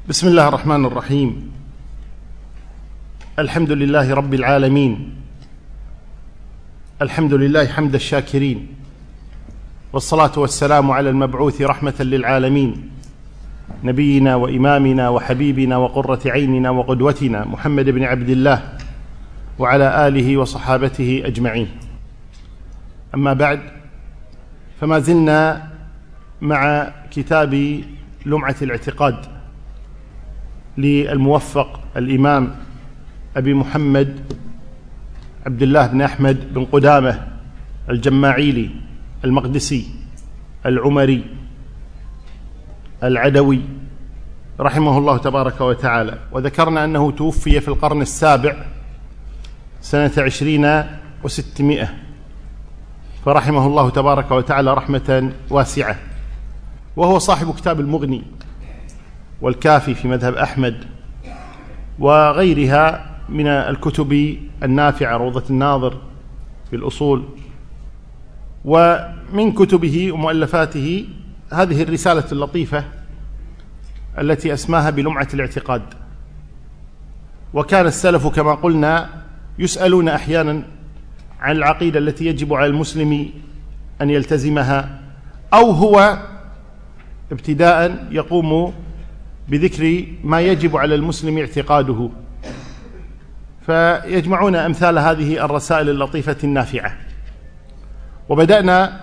بسم الله الرحمن الرحيم. الحمد لله رب العالمين، الحمد لله حمد الشاكرين، والصلاة والسلام على المبعوث رحمة للعالمين، نبينا وإمامنا وحبيبنا وقرة عيننا وقدوتنا محمد بن عبد الله وعلى آله وصحابته أجمعين. أما بعد، فما زلنا مع كتاب لمعة الاعتقاد للموفق الإمام أبي محمد عبد الله بن أحمد بن قدامة الجماعيلي المقدسي العمري العدوي رحمه الله تبارك وتعالى. وذكرنا أنه توفي في القرن السابع سنة 20 و600، فرحمه الله تبارك وتعالى رحمة واسعة. وهو صاحب كتاب المغني والكافي في مذهب أحمد وغيرها من الكتب النافعة، روضة الناظر في الأصول. ومن كتبه ومؤلفاته هذه الرسالة اللطيفة التي أسماها بلمعة الاعتقاد. وكان السلف كما قلنا يسألون أحيانا عن العقيدة التي يجب على المسلم أن يلتزمها، أو هو ابتداء يقوم بذكر ما يجب على المسلم اعتقاده، فيجمعون أمثال هذه الرسائل اللطيفة النافعة. وبدأنا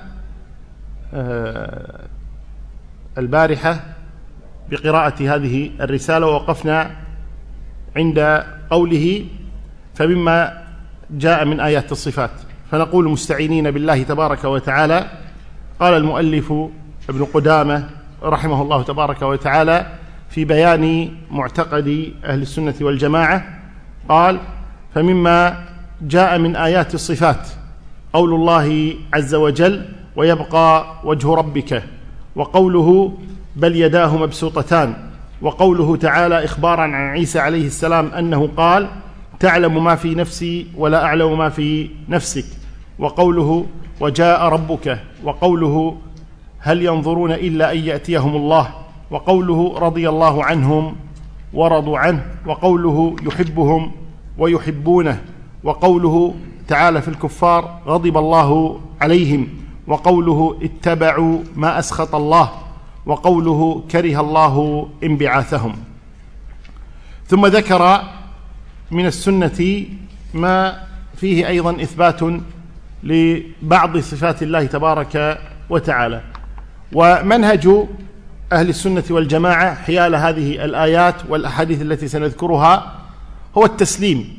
البارحة بقراءة هذه الرسالة، ووقفنا عند قوله فمما جاء من آيات الصفات. فنقول مستعينين بالله تبارك وتعالى، قال المؤلف ابن قدامة رحمه الله تبارك وتعالى في بيان معتقد أهل السنة والجماعة، قال فمما جاء من آيات الصفات قول الله عز وجل ويبقى وجه ربك، وقوله بل يداه مبسوطتان، وقوله تعالى إخبارا عن عيسى عليه السلام أنه قال تعلم ما في نفسي ولا أعلم ما في نفسك، وقوله وجاء ربك، وقوله هل ينظرون إلا أن يأتيهم الله، وقوله رضي الله عنهم ورضوا عنه، وقوله يحبهم ويحبونه، وقوله تعالى في الكفار غضب الله عليهم، وقوله اتبعوا ما أسخط الله، وقوله كره الله انبعاثهم. ثم ذكر من السنة ما فيه أيضا إثبات لبعض صفات الله تبارك وتعالى. ومنهج أهل السنة والجماعة حيال هذه الآيات والأحاديث التي سنذكرها هو التسليم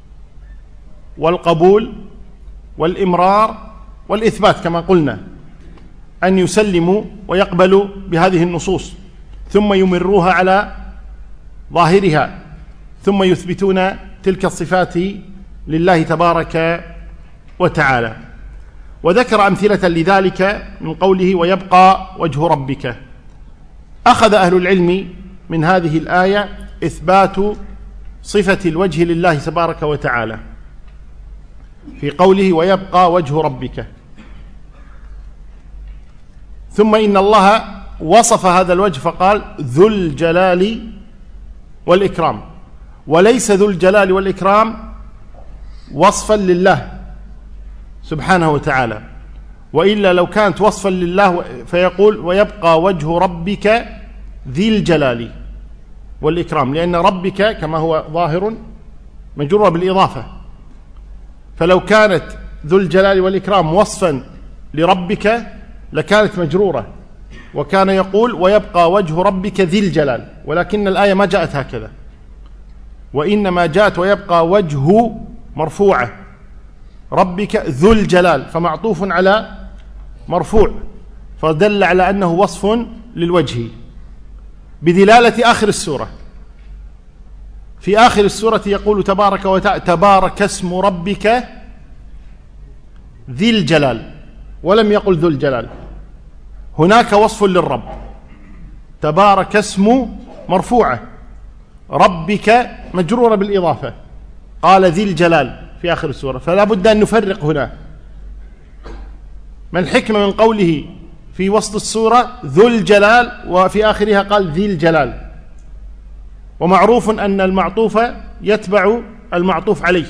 والقبول والإمرار والإثبات، كما قلنا أن يسلموا ويقبلوا بهذه النصوص ثم يمروها على ظاهرها، ثم يثبتون تلك الصفات لله تبارك وتعالى. وذكر أمثلة لذلك من قوله ويبقى وجه ربك. أخذ أهل العلم من هذه الآية إثبات صفة الوجه لله تبارك وتعالى في قوله ويبقى وجه ربك، ثم إن الله وصف هذا الوجه فقال ذو الجلال والإكرام، وليس ذو الجلال والإكرام وصفا لله سبحانه وتعالى، وإلا لو كانت وصفا لله فيقول ويبقى وجه ربك ذي الجلال والإكرام، لأن ربك كما هو ظاهر مجرور بالإضافة، فلو كانت ذو الجلال والإكرام وصفا لربك لكانت مجرورة، وكان يقول ويبقى وجه ربك ذي الجلال، ولكن الآية ما جاءت هكذا، وإنما جاءت ويبقى وجه مرفوعة ربك ذو الجلال، فمعطوف على مرفوع، فدل على أنه وصف للوجه بدلالة آخر السورة. في آخر السورة يقول تبارك وتعالى تبارك اسم ربك ذي الجلال، ولم يقل ذو الجلال. هناك وصف للرب، تبارك اسم مرفوعة، ربك مجرورة بالإضافة، قال ذي الجلال في آخر السورة، فلا بد أن نفرق هنا. ما الحكمة من قوله في وسط السورة ذو الجلال وفي آخرها قال ذي الجلال؟ ومعروف أن المعطوف يتبع المعطوف عليه.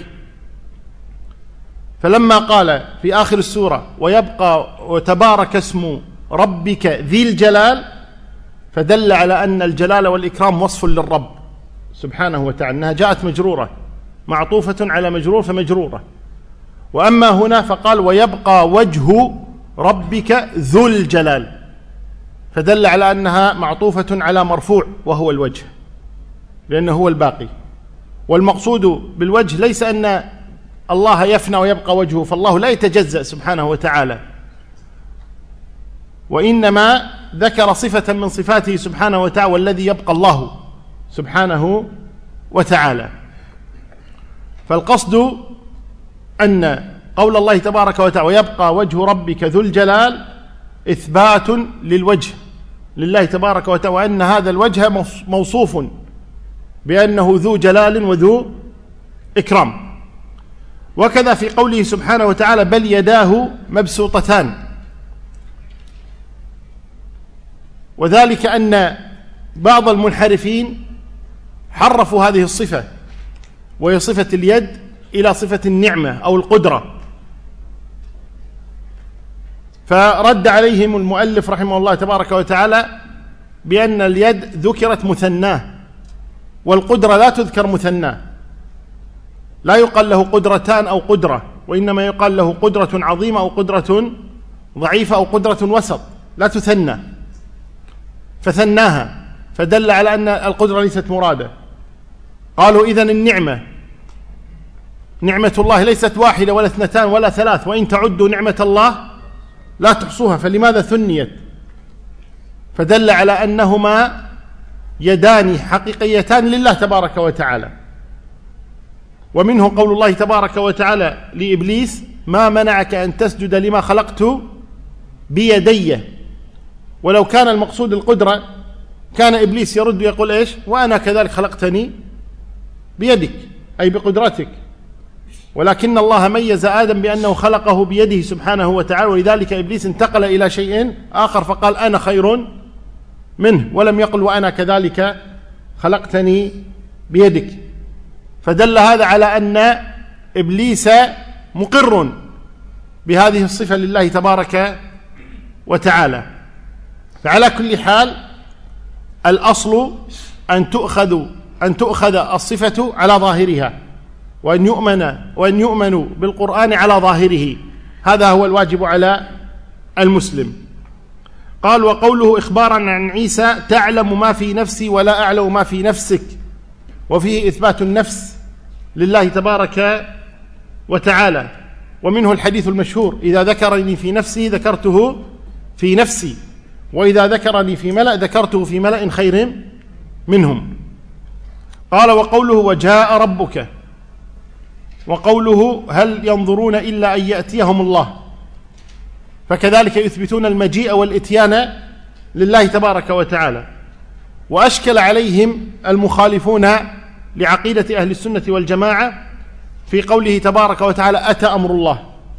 فلما قال في آخر السورة ويبقى وتبارك اسم ربك ذي الجلال، فدل على أن الجلال والإكرام وصف للرب سبحانه وتعالى، أنها جاءت مجرورة، معطوفة على مجرور فمجرورة. وأما هنا فقال ويبقى وجه ربك ذو الجلال، فدل على أنها معطوفة على مرفوع وهو الوجه، لأنه هو الباقي. والمقصود بالوجه ليس أن الله يفنى ويبقى وجهه، فالله لا يتجزأ سبحانه وتعالى، وإنما ذكر صفة من صفاته سبحانه وتعالى، والذي يبقى الله سبحانه وتعالى. فالقصد أن قول الله تبارك وتعالى ويبقى وجه ربك ذو الجلال إثبات للوجه لله تبارك وتعالى، وأن هذا الوجه موصوف بأنه ذو جلال وذو إكرام. وكذا في قوله سبحانه وتعالى بل يداه مبسوطتان، وذلك أن بعض المنحرفين حرفوا هذه الصفة، وهي صفة اليد، إلى صفة النعمة أو القدرة، فرد عليهم المؤلف رحمه الله تبارك وتعالى بأن اليد ذكرت مثناه، والقدرة لا تذكر مثناه، لا يقال له قدرتان أو قدرة، وإنما يقال له قدرة عظيمة أو قدرة ضعيفة أو قدرة وسط، لا تثنى، فثناها فدل على أن القدرة ليست مرادة. قالوا إذن النعمة، نعمة الله ليست واحدة ولا اثنتان ولا ثلاث، وإن تعدوا نعمة الله لا تحصوها، فلماذا ثنيت؟ فدل على أنهما يدان حقيقيتان لله تبارك وتعالى. ومنه قول الله تبارك وتعالى لإبليس ما منعك أن تسجد لما خلقت بيدي. ولو كان المقصود القدرة كان إبليس يرد ويقول إيش؟ وأنا كذلك خلقتني بيدك، أي بقدرتك، ولكن الله ميز آدم بأنه خلقه بيده سبحانه وتعالى، ولذلك إبليس انتقل إلى شيء آخر فقال أنا خير منه، ولم يقل وأنا كذلك خلقتني بيدك. فدل هذا على أن إبليس مقر بهذه الصفة لله تبارك وتعالى. فعلى كل حال الأصل أن تؤخذ الصفة على ظاهرها، وأن يؤمن بالقرآن على ظاهره، هذا هو الواجب على المسلم. قال وقوله إخبارا عن عيسى تعلم ما في نفسي ولا أعلم ما في نفسك، وفيه إثبات النفس لله تبارك وتعالى. ومنه الحديث المشهور إذا ذكرني في نفسي ذكرته في نفسي، وإذا ذكرني في ملأ ذكرته في ملأ خير منهم. قال وقوله وجاء ربك، وقوله هل ينظرون إلا أن يأتيهم الله، فكذلك يثبتون المجيء والإتيان لله تبارك وتعالى. وأشكل عليهم المخالفون لعقيدة أهل السنة والجماعة في قوله تبارك وتعالى أتى أمر الله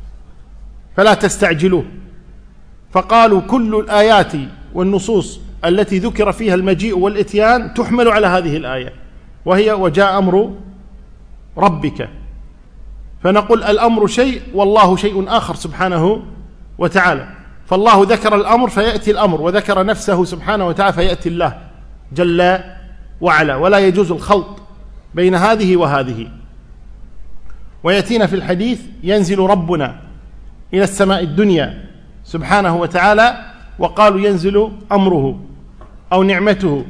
فلا تستعجلوه، فقالوا كل الآيات والنصوص التي ذكر فيها المجيء والإتيان تحمل على هذه الآية، وهي وجاء أمر ربك. فنقول الأمر شيء والله شيء آخر سبحانه وتعالى، فالله ذكر الأمر فيأتي الأمر، وذكر نفسه سبحانه وتعالى فيأتي الله جل وعلا، ولا يجوز الخلط بين هذه وهذه. ويأتينا في الحديث ينزل ربنا إلى السماء الدنيا سبحانه وتعالى، وقالوا ينزل أمره أو نعمته،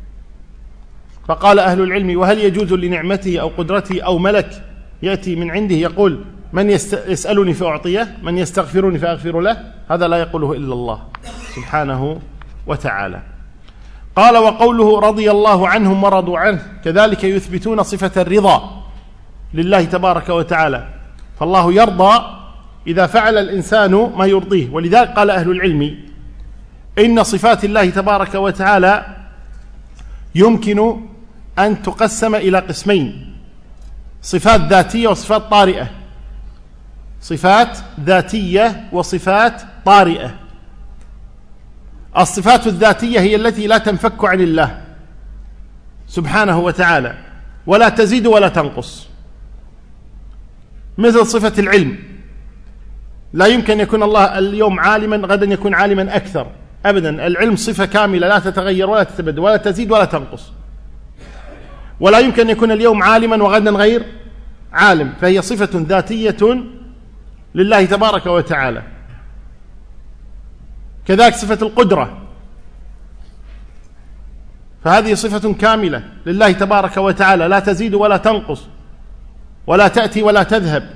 فقال أهل العلم وهل يجوز لنعمته أو قدرته أو ملك يأتي من عنده يقول من يسألني فأعطيه، من يستغفرني فأغفر له؟ هذا لا يقوله إلا الله سبحانه وتعالى. قال وقوله رضي الله عنهم ورضوا عنه، كذلك يثبتون صفة الرضا لله تبارك وتعالى، فالله يرضى إذا فعل الإنسان ما يرضيه. ولذلك قال أهل العلم إن صفات الله تبارك وتعالى يمكن أن تقسم إلى قسمين: صفات ذاتية وصفات طارئة. صفات ذاتية وصفات طارئة. الصفات الذاتية هي التي لا تنفك عن الله، سبحانه وتعالى ولا تزيد ولا تنقص، مثل صفة العلم، لا يمكن أن يكون الله اليوم عالما غدا يكون عالما أكثر أبدا. العلم صفة كاملة لا تتغير ولا تتبدل ولا تزيد ولا تنقص، ولا يمكن أن يكون اليوم عالما وغدا غير عالم، فهي صفة ذاتية لله تبارك وتعالى. كذلك صفة القدرة، فهذه صفة كاملة لله تبارك وتعالى لا تزيد ولا تنقص ولا تأتي ولا تذهب.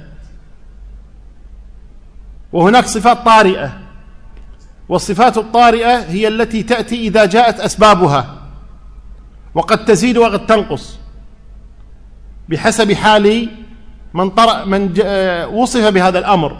وهناك صفات طارئة، والصفات الطارئة هي التي تأتي إذا جاءت أسبابها، وقد تزيد وقد تنقص بحسب حال من وصف بهذا الأمر.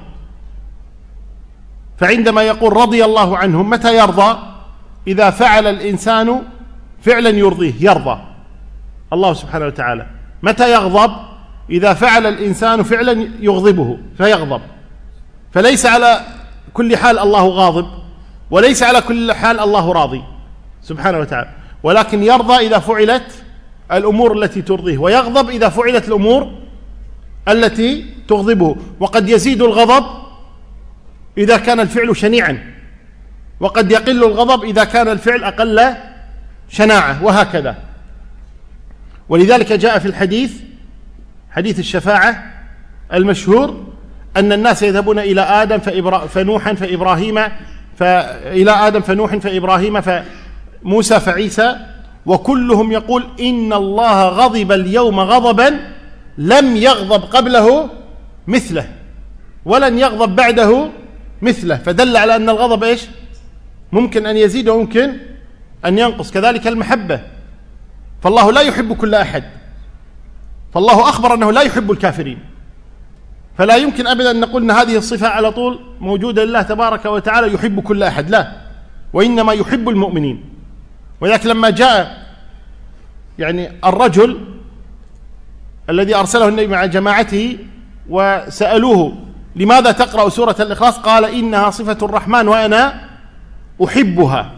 فعندما يقول رضي الله عنهم، متى يرضى؟ إذا فعل الإنسان فعلا يرضيه، يرضى الله سبحانه وتعالى. متى يغضب؟ إذا فعل الإنسان فعلا يغضبه فيغضب. فليس على كل حال الله غاضب، وليس على كل حال الله راضي سبحانه وتعالى، ولكن يرضى إذا فعلت الأمور التي ترضيه، ويغضب إذا فعلت الأمور التي تغضبه. وقد يزيد الغضب إذا كان الفعل شنيعا، وقد يقل الغضب إذا كان الفعل أقل شناعة، وهكذا. ولذلك جاء في الحديث، حديث الشفاعة المشهور، أن الناس يذهبون إلى آدم فنوحا فإبراهيم، إلى آدم فنوح فإبراهيم فموسى فعيسى، وكلهم يقول إن الله غضب اليوم غضبا لم يغضب قبله مثله ولن يغضب بعده مثله. فدل على أن الغضب إيش؟ ممكن أن يزيد وممكن أن ينقص. كذلك المحبة، فالله لا يحب كل أحد، فالله أخبر أنه لا يحب الكافرين، فلا يمكن أبدا أن نقول أن هذه الصفة على طول موجودة لله تبارك وتعالى يحب كل أحد، لا، وإنما يحب المؤمنين. ولذلك لما جاء يعني الرجل الذي أرسله النبي مع جماعته وسألوه لماذا تقرأ سورة الإخلاص؟ قال إنها صفة الرحمن وأنا أحبها.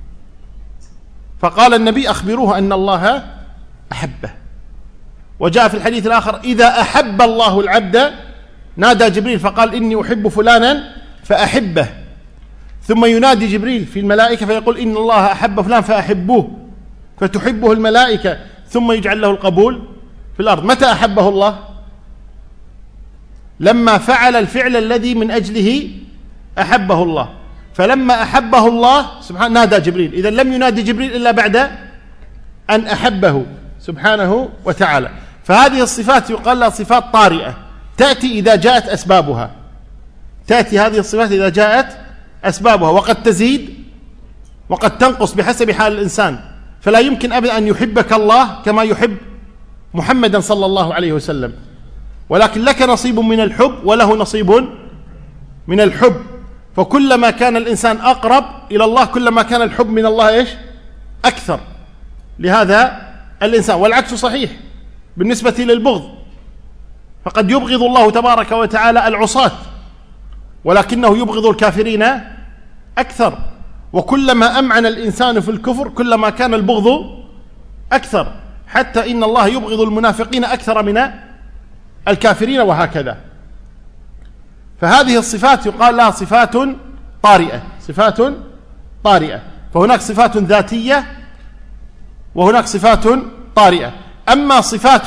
فقال النبي أخبروه أن الله أحبه. وجاء في الحديث الآخر إذا أحب الله العبد نادى جبريل فقال إني أحب فلانا فأحبه، ثم ينادي جبريل في الملائكة فيقول إن الله أحب فلان فأحبوه، فتحبه الملائكة ثم يجعل له القبول في الأرض. متى أحبه الله؟ لما فعل الفعل الذي من أجله أحبه الله. فلما أحبه الله سبحانه نادى جبريل، إذن لم ينادي جبريل إلا بعد أن أحبه سبحانه وتعالى. فهذه الصفات يقال لها صفات طارئة، تأتي إذا جاءت أسبابها، تأتي هذه الصفات إذا جاءت أسبابها، وقد تزيد وقد تنقص بحسب حال الإنسان. فلا يمكن أبدا أن يحبك الله كما يحب محمدا صلى الله عليه وسلم، ولكن لك نصيب من الحب وله نصيب من الحب. فكلما كان الإنسان أقرب إلى الله كلما كان الحب من الله إيش؟ أكثر لهذا الإنسان. والعكس صحيح بالنسبة للبغض، فقد يبغض الله تبارك وتعالى العصاة ولكنه يبغض الكافرين أكثر. وكلما أمعن الإنسان في الكفر كلما كان البغض أكثر، حتى إن الله يبغض المنافقين أكثر من الكافرين، وهكذا. فهذه الصفات يقال لها صفات طارئة، صفات طارئة. فهناك صفات ذاتية وهناك صفات طارئة. أما صفات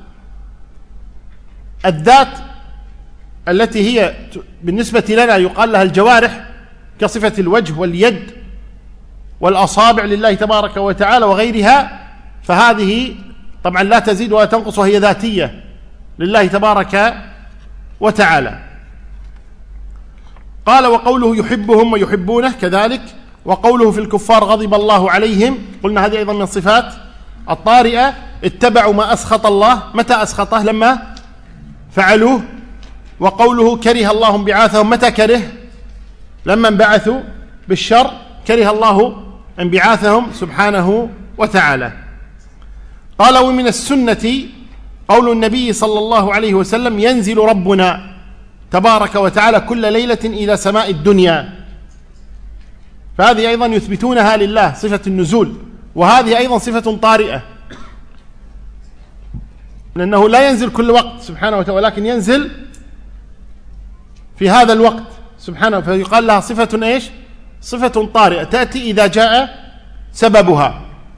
الذات التي هي بالنسبة لنا يقال لها الجوارح، كصفة الوجه واليد والأصابع لله تبارك وتعالى وغيرها، فهذه طبعا لا تزيد ولا تنقص وهي ذاتية لله تبارك وتعالى. قال وقوله يحبهم ويحبونه كذلك، وقوله في الكفار غضب الله عليهم، قلنا هذه أيضا من صفات الطارئة. اتبعوا ما أسخط الله، متى أسخطه؟ لما فعلوه. وقوله كره الله انبعاثهم، متى كره؟ لما انبعثوا بالشر كره الله انبعاثهم سبحانه وتعالى. قال ومن السنة قول النبي صلى الله عليه وسلم ينزل ربنا تبارك وتعالى كل ليلة إلى سماء الدنيا، فهذه أيضا يثبتونها لله صفة النزول، وهذه أيضا صفة طارئة لأنه لا ينزل كل وقت سبحانه وتعالى، ولكن ينزل في هذا الوقت سبحانه، فيقال لها صفة إيش؟ صفة طارئة تأتي إذا جاء سببها.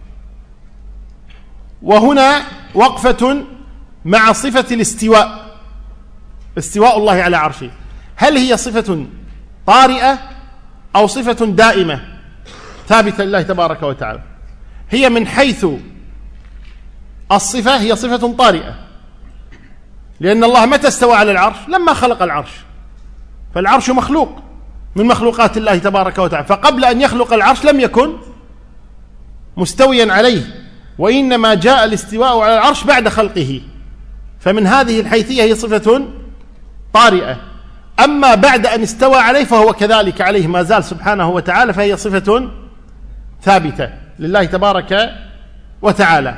وهنا وقفة مع صفة الاستواء، استواء الله على عرشه، هل هي صفة طارئة أو صفة دائمة ثابتة لله تبارك وتعالى؟ هي من حيث الصفة هي صفة طارئة، لأن الله متى استوى على العرش؟ لما خلق العرش، فالعرش مخلوق من مخلوقات الله تبارك وتعالى، فقبل أن يخلق العرش لم يكن مستويا عليه، وإنما جاء الاستواء على العرش بعد خلقه، فمن هذه الحيثية هي صفة طارئة. أما بعد أن استوى عليه فهو كذلك عليه ما زال سبحانه وتعالى، فهي صفة ثابتة لله تبارك وتعالى.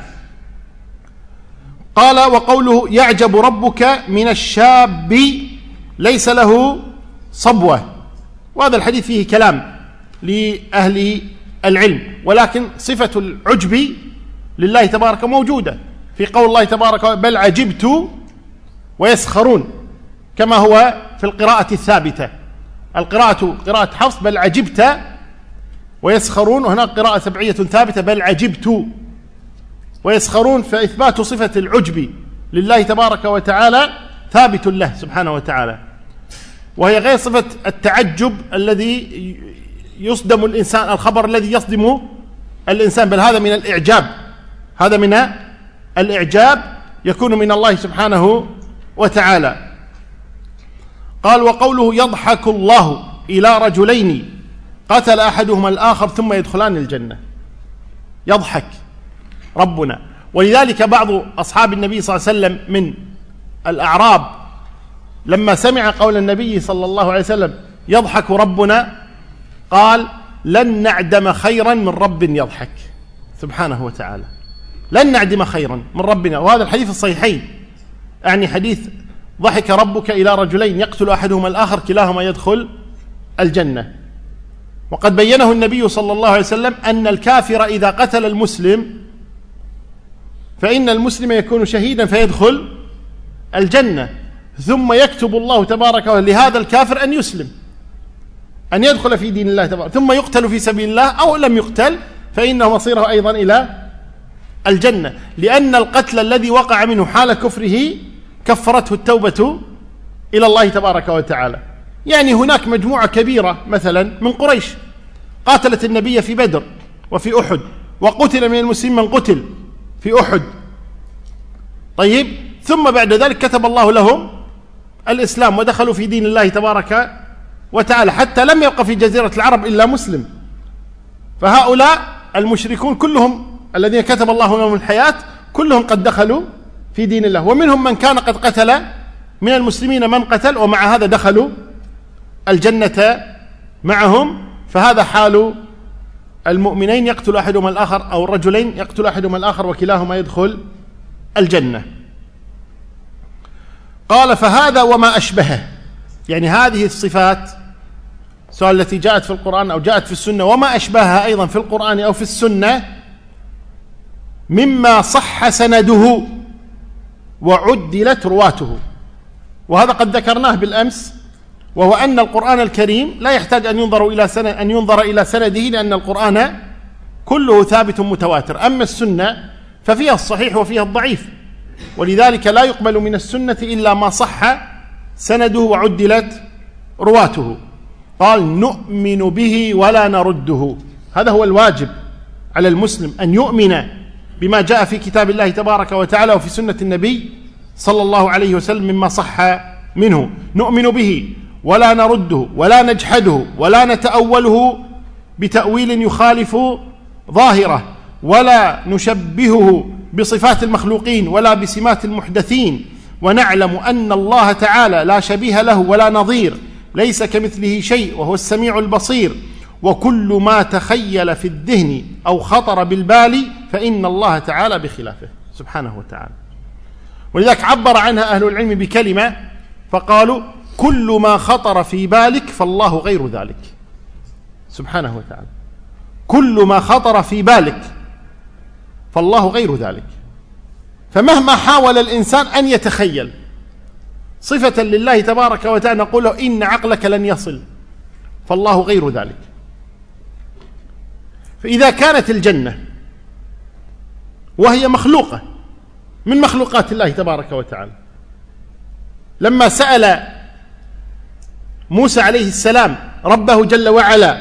قال: وقوله يعجب ربك من الشاب ليس له صبوة، وهذا الحديث فيه كلام لأهل العلم، ولكن صفة العجب لله تبارك موجودة في قول الله تبارك: بل عجبت ويسخرون، كما هو في القراءة الثابتة. القراءة قراءة حفص بل عجبت ويسخرون، وهناك قراءة سبعية ثابتة بل عجبت ويسخرون، فإثبات صفة العجب لله تبارك وتعالى ثابت له سبحانه وتعالى، وهي غير صفة التعجب الذي يصدم الإنسان، الخبر الذي يصدم الإنسان، بل هذا من الإعجاب، هذا من الإعجاب يكون من الله سبحانه وتعالى. قال: وقوله يضحك الله إلى رجلين قتل أحدهما الآخر ثم يدخلان الجنة، يضحك ربنا. ولذلك بعض أصحاب النبي صلى الله عليه وسلم من الأعراب لما سمع قول النبي صلى الله عليه وسلم يضحك ربنا قال: لن نعدم خيرا من رب يضحك سبحانه وتعالى، لن نعدم خيرا من ربنا. وهذا الحديث الصحيحين، يعني حديث ضحك ربك إلى رجلين يقتل أحدهما الآخر كلاهما يدخل الجنة. وقد بينه النبي صلى الله عليه وسلم أن الكافر إذا قتل المسلم فإن المسلم يكون شهيدا فيدخل الجنة، ثم يكتب الله تبارك وتعالى لهذا الكافر أن يسلم، أن يدخل في دين الله تبارك، ثم يقتل في سبيل الله، أو لم يقتل فإنه مصيره أيضا إلى الجنة، لأن القتل الذي وقع منه حال كفره كفرته التوبة إلى الله تبارك وتعالى. يعني هناك مجموعة كبيرة مثلا من قريش قاتلت النبي في بدر وفي أحد، وقتل من المسلمين من قتل في أحد، طيب، ثم بعد ذلك كتب الله لهم الإسلام ودخلوا في دين الله تبارك وتعالى، حتى لم يبقى في جزيرة العرب إلا مسلم. فهؤلاء المشركون كلهم الذين كتب الله لهم الحياة كلهم قد دخلوا في دين الله، ومنهم من كان قد قتل من المسلمين من قتل، ومع هذا دخلوا الجنة معهم. فهذا حال المؤمنين يقتل أحدهما الآخر، أو الرجلين يقتل أحدهما الآخر وكلاهما يدخل الجنة. قال: فهذا وما أشبهه، يعني هذه الصفات سواء التي جاءت في القرآن أو جاءت في السنة وما أشبهها أيضا في القرآن أو في السنة مما صح سنده وعدلت رواته. وهذا قد ذكرناه بالأمس، وهو أن القرآن الكريم لا يحتاج أن ينظر إلى سنده، لأن القرآن كله ثابت متواتر. أما السنة ففيها الصحيح وفيها الضعيف، ولذلك لا يقبل من السنة إلا ما صح سنده وعدلت رواته. قال: نؤمن به ولا نرده، هذا هو الواجب على المسلم، أن يؤمن بما جاء في كتاب الله تبارك وتعالى وفي سنة النبي صلى الله عليه وسلم مما صح منه. نؤمن به ولا نرده ولا نجحده ولا نتأوله بتأويل يخالف ظاهره، ولا نشبهه بصفات المخلوقين ولا بسمات المحدثين، ونعلم أن الله تعالى لا شبيه له ولا نظير، ليس كمثله شيء وهو السميع البصير، وكل ما تخيل في الذهن أو خطر بالبال فإن الله تعالى بخلافه سبحانه وتعالى. ولذلك عبر عنها أهل العلم بكلمة فقالوا: كل ما خطر في بالك فالله غير ذلك سبحانه وتعالى. كل ما خطر في بالك فالله غير ذلك. فمهما حاول الإنسان أن يتخيل صفة لله تبارك وتعالى نقول له إن عقلك لن يصل، فالله غير ذلك. فإذا كانت الجنة وهي مخلوقة من مخلوقات الله تبارك وتعالى، لما سأل موسى عليه السلام ربه جل وعلا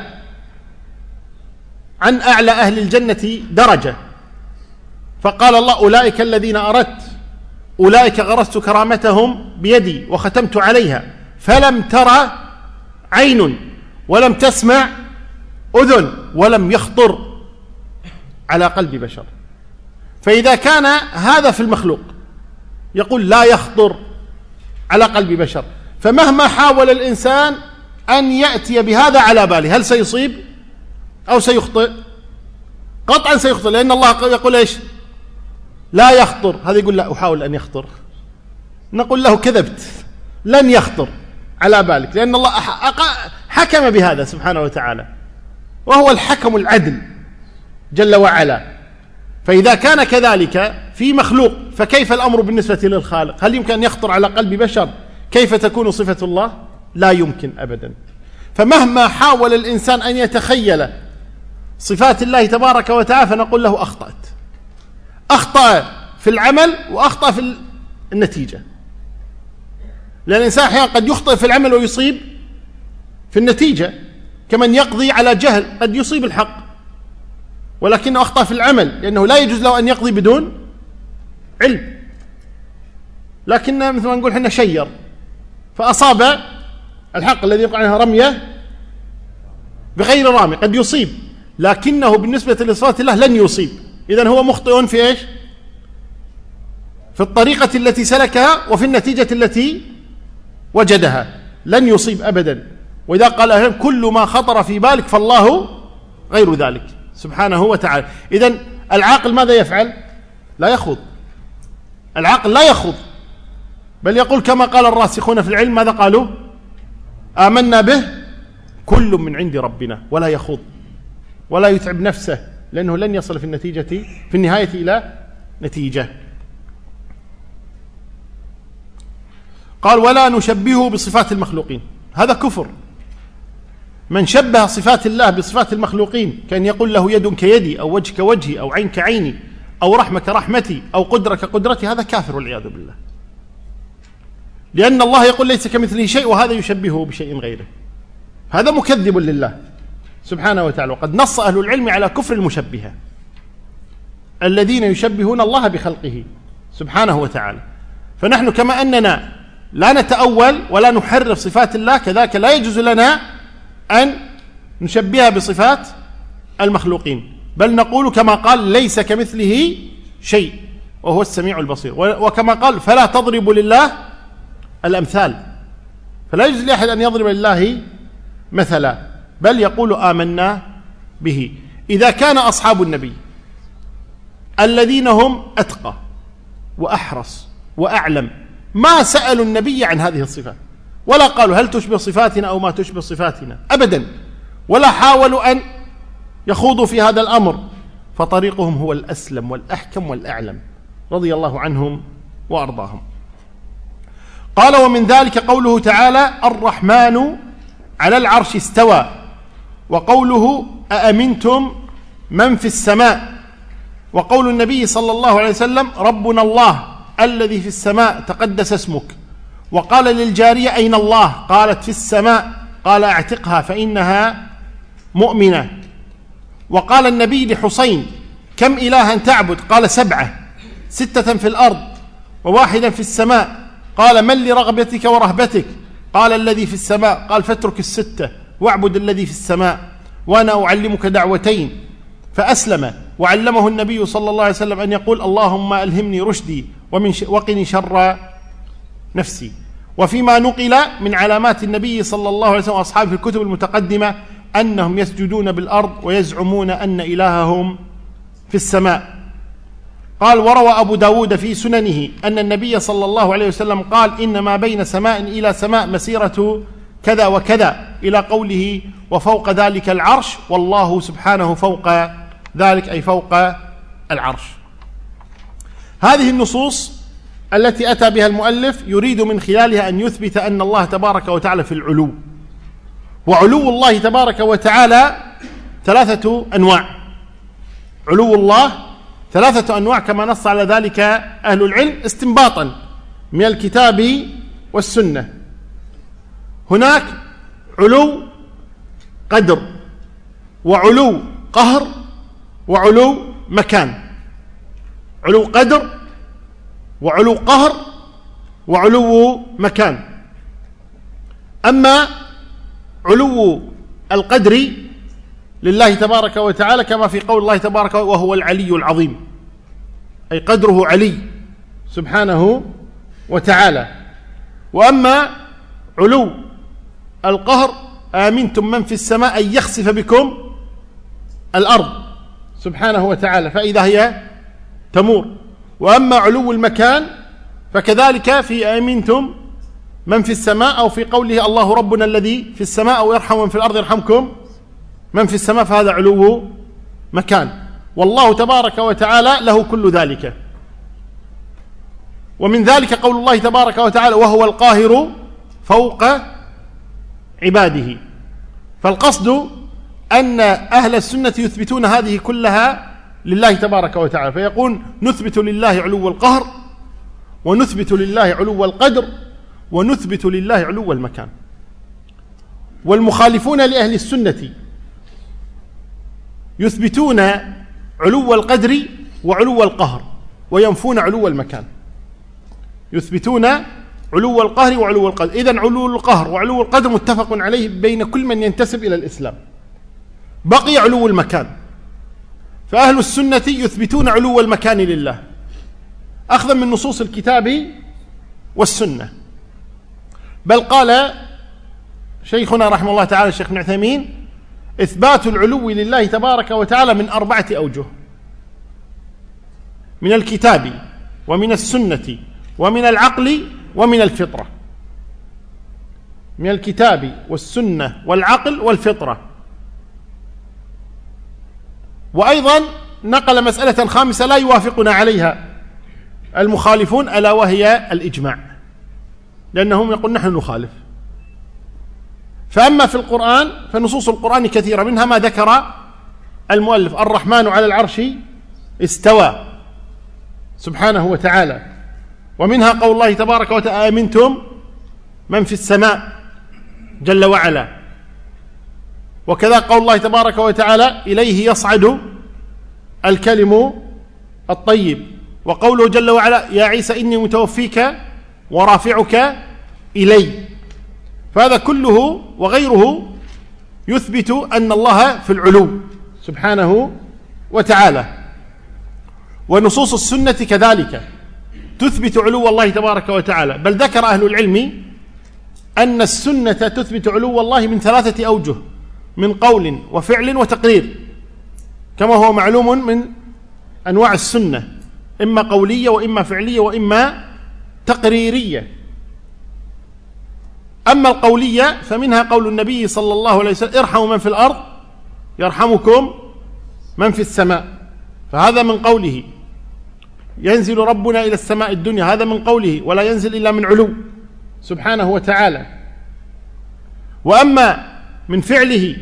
عن أعلى أهل الجنة درجة، فقال الله أولئك الذين أردت، أولئك غرست كرامتهم بيدي وختمت عليها فلم ترى عين ولم تسمع أذن ولم يخطر على قلب بشر. فإذا كان هذا في المخلوق يقول لا يخطر على قلب بشر، فمهما حاول الإنسان أن يأتي بهذا على باله هل سيصيب أو سيخطئ؟ قطعا سيخطئ، لأن الله يقول إيش؟ لا يخطر. هذا يقول لا أحاول أن يخطر، نقول له كذبت، لن يخطر على بالك، لأن الله حكم بهذا سبحانه وتعالى، وهو الحكم العدل جل وعلا. فإذا كان كذلك في مخلوق فكيف الأمر بالنسبة للخالق؟ هل يمكن أن يخطر على قلب بشر كيف تكون صفة الله؟ لا يمكن أبدا. فمهما حاول الإنسان أن يتخيل صفات الله تبارك وتعالى فنقول له أخطأ في العمل وأخطأ في النتيجة، لأن الإنسان أحيانا قد يخطئ في العمل ويصيب في النتيجة، كمن يقضي على جهل قد يصيب الحق ولكنه أخطأ في العمل، لأنه لا يجوز له أن يقضي بدون علم، لكن مثل ما نقول حنا شير فأصاب الحق الذي يقع عنها رمية بغير رامي، قد يصيب لكنه بالنسبة لصفات الله لن يصيب. إذن هو مخطئ في إيش؟ في الطريقة التي سلكها وفي النتيجة التي وجدها، لن يصيب أبدا. وإذا قال أهل كل ما خطر في بالك فالله غير ذلك سبحانه وتعالى. إذن العاقل ماذا يفعل؟ لا يخوض، العاقل لا يخوض، بل يقول كما قال الراسخون في العلم، ماذا قالوا؟ آمنا به كل من عند ربنا، ولا يخوض ولا يتعب نفسه، لأنه لن يصل في النهاية إلى نتيجة. قال ولا نشبهه بصفات المخلوقين، هذا كفر. من شبه صفات الله بصفات المخلوقين كان يقول له يد كيدي أو وجه كوجهي أو عين كعيني أو رحمة كرحمتي أو قدرة كقدرتي، هذا كافر والعياذ بالله، لأن الله يقول ليس كمثله شيء وهذا يشبهه بشيء غيره، هذا مكذب لله سبحانه وتعالى. وقد نص أهل العلم على كفر المشبهة الذين يشبهون الله بخلقه سبحانه وتعالى. فنحن كما أننا لا نتأول ولا نحرف صفات الله، كذلك لا يجوز لنا أن نشبهها بصفات المخلوقين، بل نقول كما قال ليس كمثله شيء وهو السميع البصير. وكما قال فلا تضربوا لله الأمثال، فلا يجوز لأحد أن يضرب لله مثلا، بل يقول آمنا به. إذا كان أصحاب النبي الذين هم أتقى وأحرص وأعلم ما سألوا النبي عن هذه الصفات، ولا قالوا هل تشبه صفاتنا أو ما تشبه صفاتنا أبدا، ولا حاولوا أن يخوضوا في هذا الأمر، فطريقهم هو الأسلم والأحكم والأعلم رضي الله عنهم وأرضاهم. قال ومن ذلك قوله تعالى الرحمن على العرش استوى، وقوله أأمنتم من في السماء، وقول النبي صلى الله عليه وسلم ربنا الله الذي في السماء تقدس اسمك، وقال للجارية أين الله؟ قالت في السماء، قال اعتقها فإنها مؤمنة. وقال النبي لحسين كم إلها تعبد؟ قال 7، 6 في الأرض وواحدا في السماء. قال من لرغبتك ورهبتك؟ قال الذي في السماء. قال فاترك 6 واعبد الذي في السماء، وأنا أعلمك دعوتين. فأسلم، وعلمه النبي صلى الله عليه وسلم أن يقول اللهم ألهمني رشدي وقني شر نفسي. وفيما نقل من علامات النبي صلى الله عليه وسلم وأصحابه في الكتب المتقدمة أنهم يسجدون بالأرض ويزعمون أن إلههم في السماء. قال وروى أبو داود في سننه أن النبي صلى الله عليه وسلم قال إن ما بين سماء إلى سماء مسيرة كذا وكذا، إلى قوله وفوق ذلك العرش، والله سبحانه فوق ذلك أي فوق العرش. هذه النصوص التي أتى بها المؤلف يريد من خلالها أن يثبت أن الله تبارك وتعالى في العلو، وعلو الله تبارك وتعالى 3 أنواع. علو الله 3 أنواع كما نص على ذلك أهل العلم استنباطا من الكتاب والسنة. هناك علو قدر، وعلو قهر، وعلو مكان. علو قدر، وعلو قهر، وعلو مكان. أما علو القدر لله تبارك وتعالى كما في قول الله تبارك وهو العلي العظيم، أي قدره علي سبحانه وتعالى. وأما علو القهر آمنتم من في السماء أن يخسف بكم الأرض سبحانه وتعالى فإذا هي تمور. وأما علو المكان فكذلك في آمنتم من في السماء، أو في قوله الله ربنا الذي في السماء، أو يرحم من في الأرض يرحمكم من في السماء، فهذا علو مكان. والله تبارك وتعالى له كل ذلك. ومن ذلك قول الله تبارك وتعالى وهو القاهر فوق عباده. فالقصد أن أهل السنة يثبتون هذه كلها لله تبارك وتعالى، فيقول نثبت لله علو القهر، ونثبت لله علو القدر، ونثبت لله علو المكان. والمخالفون لأهل السنة يثبتون علو القدر وعلو القهر، وينفون علو المكان. يثبتون علو القهر وعلو القدر. إذن علو القهر وعلو القدر متفق عليه بين كل من ينتسب إلى الإسلام. بقي علو المكان، فأهل السنة يثبتون علو المكان لله أخذا من نصوص الكتاب والسنة. بل قال شيخنا رحمه الله تعالى الشيخ ابن عثيمين إثبات العلو لله تبارك وتعالى من 4 أوجه: من الكتاب ومن السنة ومن العقل ومن الفطرة. من الكتاب والسنة والعقل والفطرة. وأيضا نقل مسألة خامسة لا يوافقنا عليها المخالفون، ألا وهي الإجماع، لأنهم يقول نحن نخالف. فأما في القرآن فنصوص القرآن كثيرة، منها ما ذكر المؤلف: الرحمن على العرش استوى سبحانه وتعالى. ومنها قول الله تبارك وتعالى: آمنتم من في السماء جل وعلا. وكذا قول الله تبارك وتعالى: إليه يصعد الكلم الطيب. وقوله جل وعلا: يا عيسى إني متوفيك ورافعك إلي. فهذا كله وغيره يثبت أن الله في العلو سبحانه وتعالى. ونصوص السنة كذلك تثبت علو الله تبارك وتعالى. بل ذكر أهل العلم أن السنة تثبت علو الله من 3 أوجه: من قول وفعل وتقرير، كما هو معلوم من أنواع السنة، إما قولية وإما فعلية وإما تقريرية. أما القولية فمنها قول النبي صلى الله عليه وسلم: ارحموا من في الأرض يرحمكم من في السماء. فهذا من قوله. ينزل ربنا إلى السماء الدنيا، هذا من قوله، ولا ينزل إلا من علو سبحانه وتعالى. وأما من فعله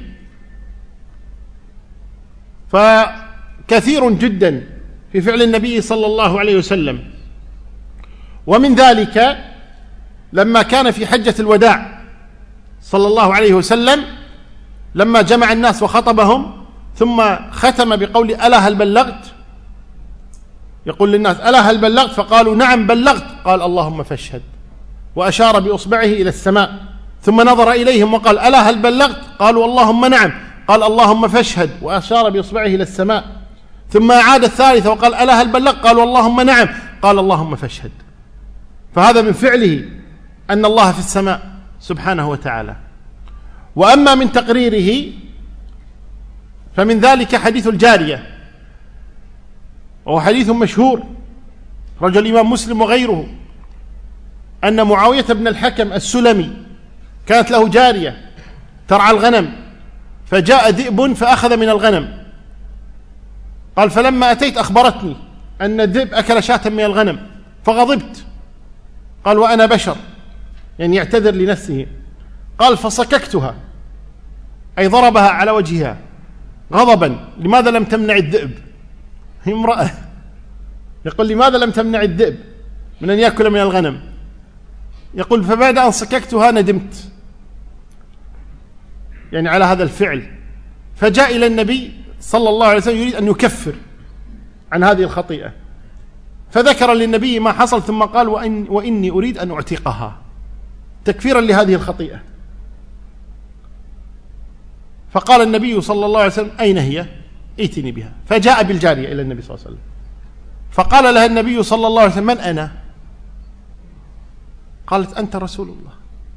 فكثير جدا في فعل النبي صلى الله عليه وسلم. ومن ذلك لما كان في حجة الوداع صلى الله عليه وسلم، لما جمع الناس وخطبهم ثم ختم بقول: ألا هل بلغت؟ يقول للناس: ألا هل بلغت؟ فقالوا: نعم بلغت. قال: اللهم فاشهد. وأشار بإصبعه إلى السماء، ثم نظر إليهم وقال: ألا هل بلغت؟ قالوا: اللهم نعم. قال: اللهم فاشهد. وأشار بإصبعه إلى السماء، ثم أعاد الثالثة وقال: ألا هل بلغت؟ قالوا: اللهم نعم. قال: اللهم فاشهد. فهذا من فعله أن الله في السماء سبحانه وتعالى. وأما من تقريره فمن ذلك حديث الجارية، وهو حديث مشهور رجل الإمام مسلم وغيره، أن معاوية بن الحكم السلمي كانت له جارية ترعى الغنم، فجاء ذئب فأخذ من الغنم. قال: فلما أتيت أخبرتني أن الذئب أكل شاة من الغنم فغضبت، قال وأنا بشر، يعني يعتذر لنفسه، قال فصككتها، أي ضربها على وجهها غضبا، لماذا لم تمنع الذئب؟ هي امرأة، يقول لماذا لم تمنع الذئب من أن يأكل من الغنم؟ يقول فبعد أن صككتها ندمت، يعني على هذا الفعل، فجاء إلى النبي صلى الله عليه وسلم يريد أن يكفر عن هذه الخطيئة، فذكر للنبي ما حصل، ثم قال وإني أريد أن أعتقها تكفيرا لهذه الخطيئة. فقال النبي صلى الله عليه وسلم أين هي؟ ائتني بها. فجاء بالجارية إلى النبي صلى الله عليه وسلم، فقال لها النبي صلى الله عليه وسلم من أنا؟ قالت أنت رسول الله.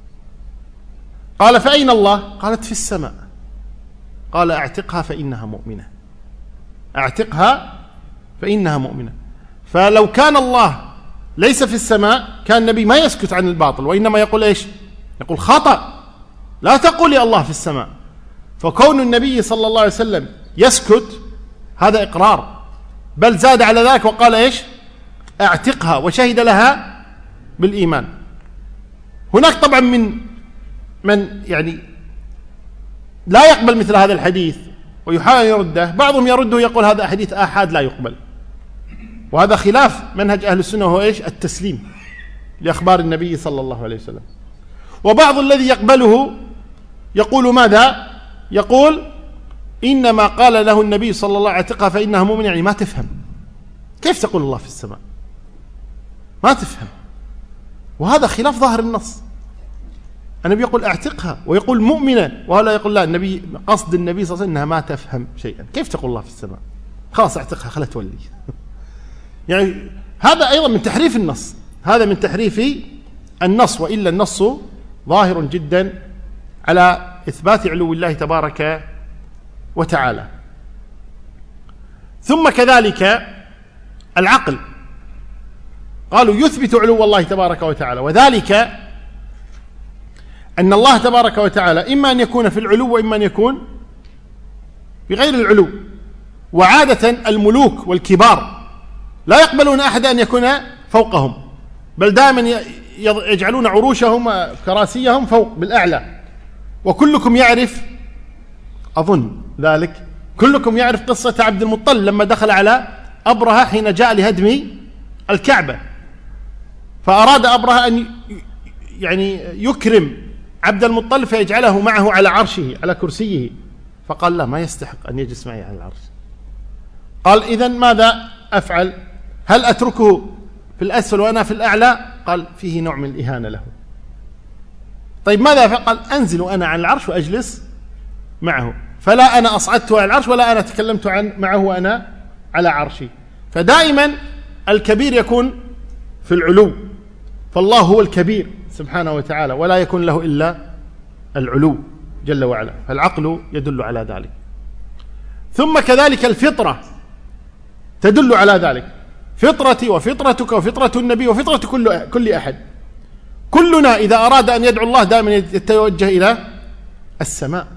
قال فأين الله؟ قالت في السماء. قال أعتقها فإنها مؤمنة، أعتقها فإنها مؤمنة. فلو كان الله ليس في السماء كان النبي ما يسكت عن الباطل، وإنما يقول إيش؟ يقول خطأ، لا تقولي الله في السماء. فكون النبي صلى الله عليه وسلم يسكت هذا إقرار، بل زاد على ذلك وقال إيش؟ أعتقها، وشهد لها بالإيمان. هناك طبعا من يعني لا يقبل مثل هذا الحديث ويحاول يرده، بعضهم يرده يقول هذا حديث آحاد لا يقبل، وهذا خلاف منهج أهل السنة، وهو إيش؟ التسليم لأخبار النبي صلى الله عليه وسلم. وبعض الذي يقبله يقول ماذا؟ يقول إنما قال له النبي صلى الله عليه وسلم اعتقها فإنها مؤمن، يعني ما تفهم، كيف تقول الله في السماء؟ ما تفهم، وهذا خلاف ظاهر النص. النبي يقول اعتقها ويقول مؤمنة، وهذا يقول لا، النبي قصد النبي صلى الله عليه وسلم أنها ما تفهم شيئا، كيف تقول الله في السماء؟ خلاص اعتقها خلها تولي. يعني هذا أيضا من تحريف النص، هذا من تحريف النص، وإلا النص ظاهر جدا على إثبات علو الله تبارك وتعالى. ثم كذلك العقل، قالوا يثبت علو الله تبارك وتعالى، وذلك أن الله تبارك وتعالى إما أن يكون في العلو وإما أن يكون بغير العلو. وعادة الملوك والكبار لا يقبلون أحد أن يكون فوقهم، بل دائما يجعلون عروشهم كراسيهم فوق بالأعلى. وكلكم يعرف، أظن ذلك، كلكم يعرف قصة عبد المطلب لما دخل على أبرهة حين جاء لهدم الكعبة، فأراد أبرهة أن يعني يكرم عبد المطلب فيجعله معه على عرشه على كرسيه، فقال لا، ما يستحق أن يجلس معي على العرش. قال إذن ماذا أفعل؟ هل أتركه في الأسفل وأنا في الأعلى؟ قال فيه نوع من الإهانة له. طيب ماذا أفعل؟ قال أنزل أنا عن العرش وأجلس معه، فلا أنا أصعدته على العرش ولا أنا تكلمت معه وأنا على عرشي. فدائما الكبير يكون في العلو، فالله هو الكبير سبحانه وتعالى، ولا يكون له إلا العلو جل وعلا، فالعقل يدل على ذلك. ثم كذلك الفطرة تدل على ذلك، فطرتي وفطرتك وفطرة النبي وفطرة كل أحد. كلنا إذا أراد أن يدعو الله دائما يتوجه إلى السماء.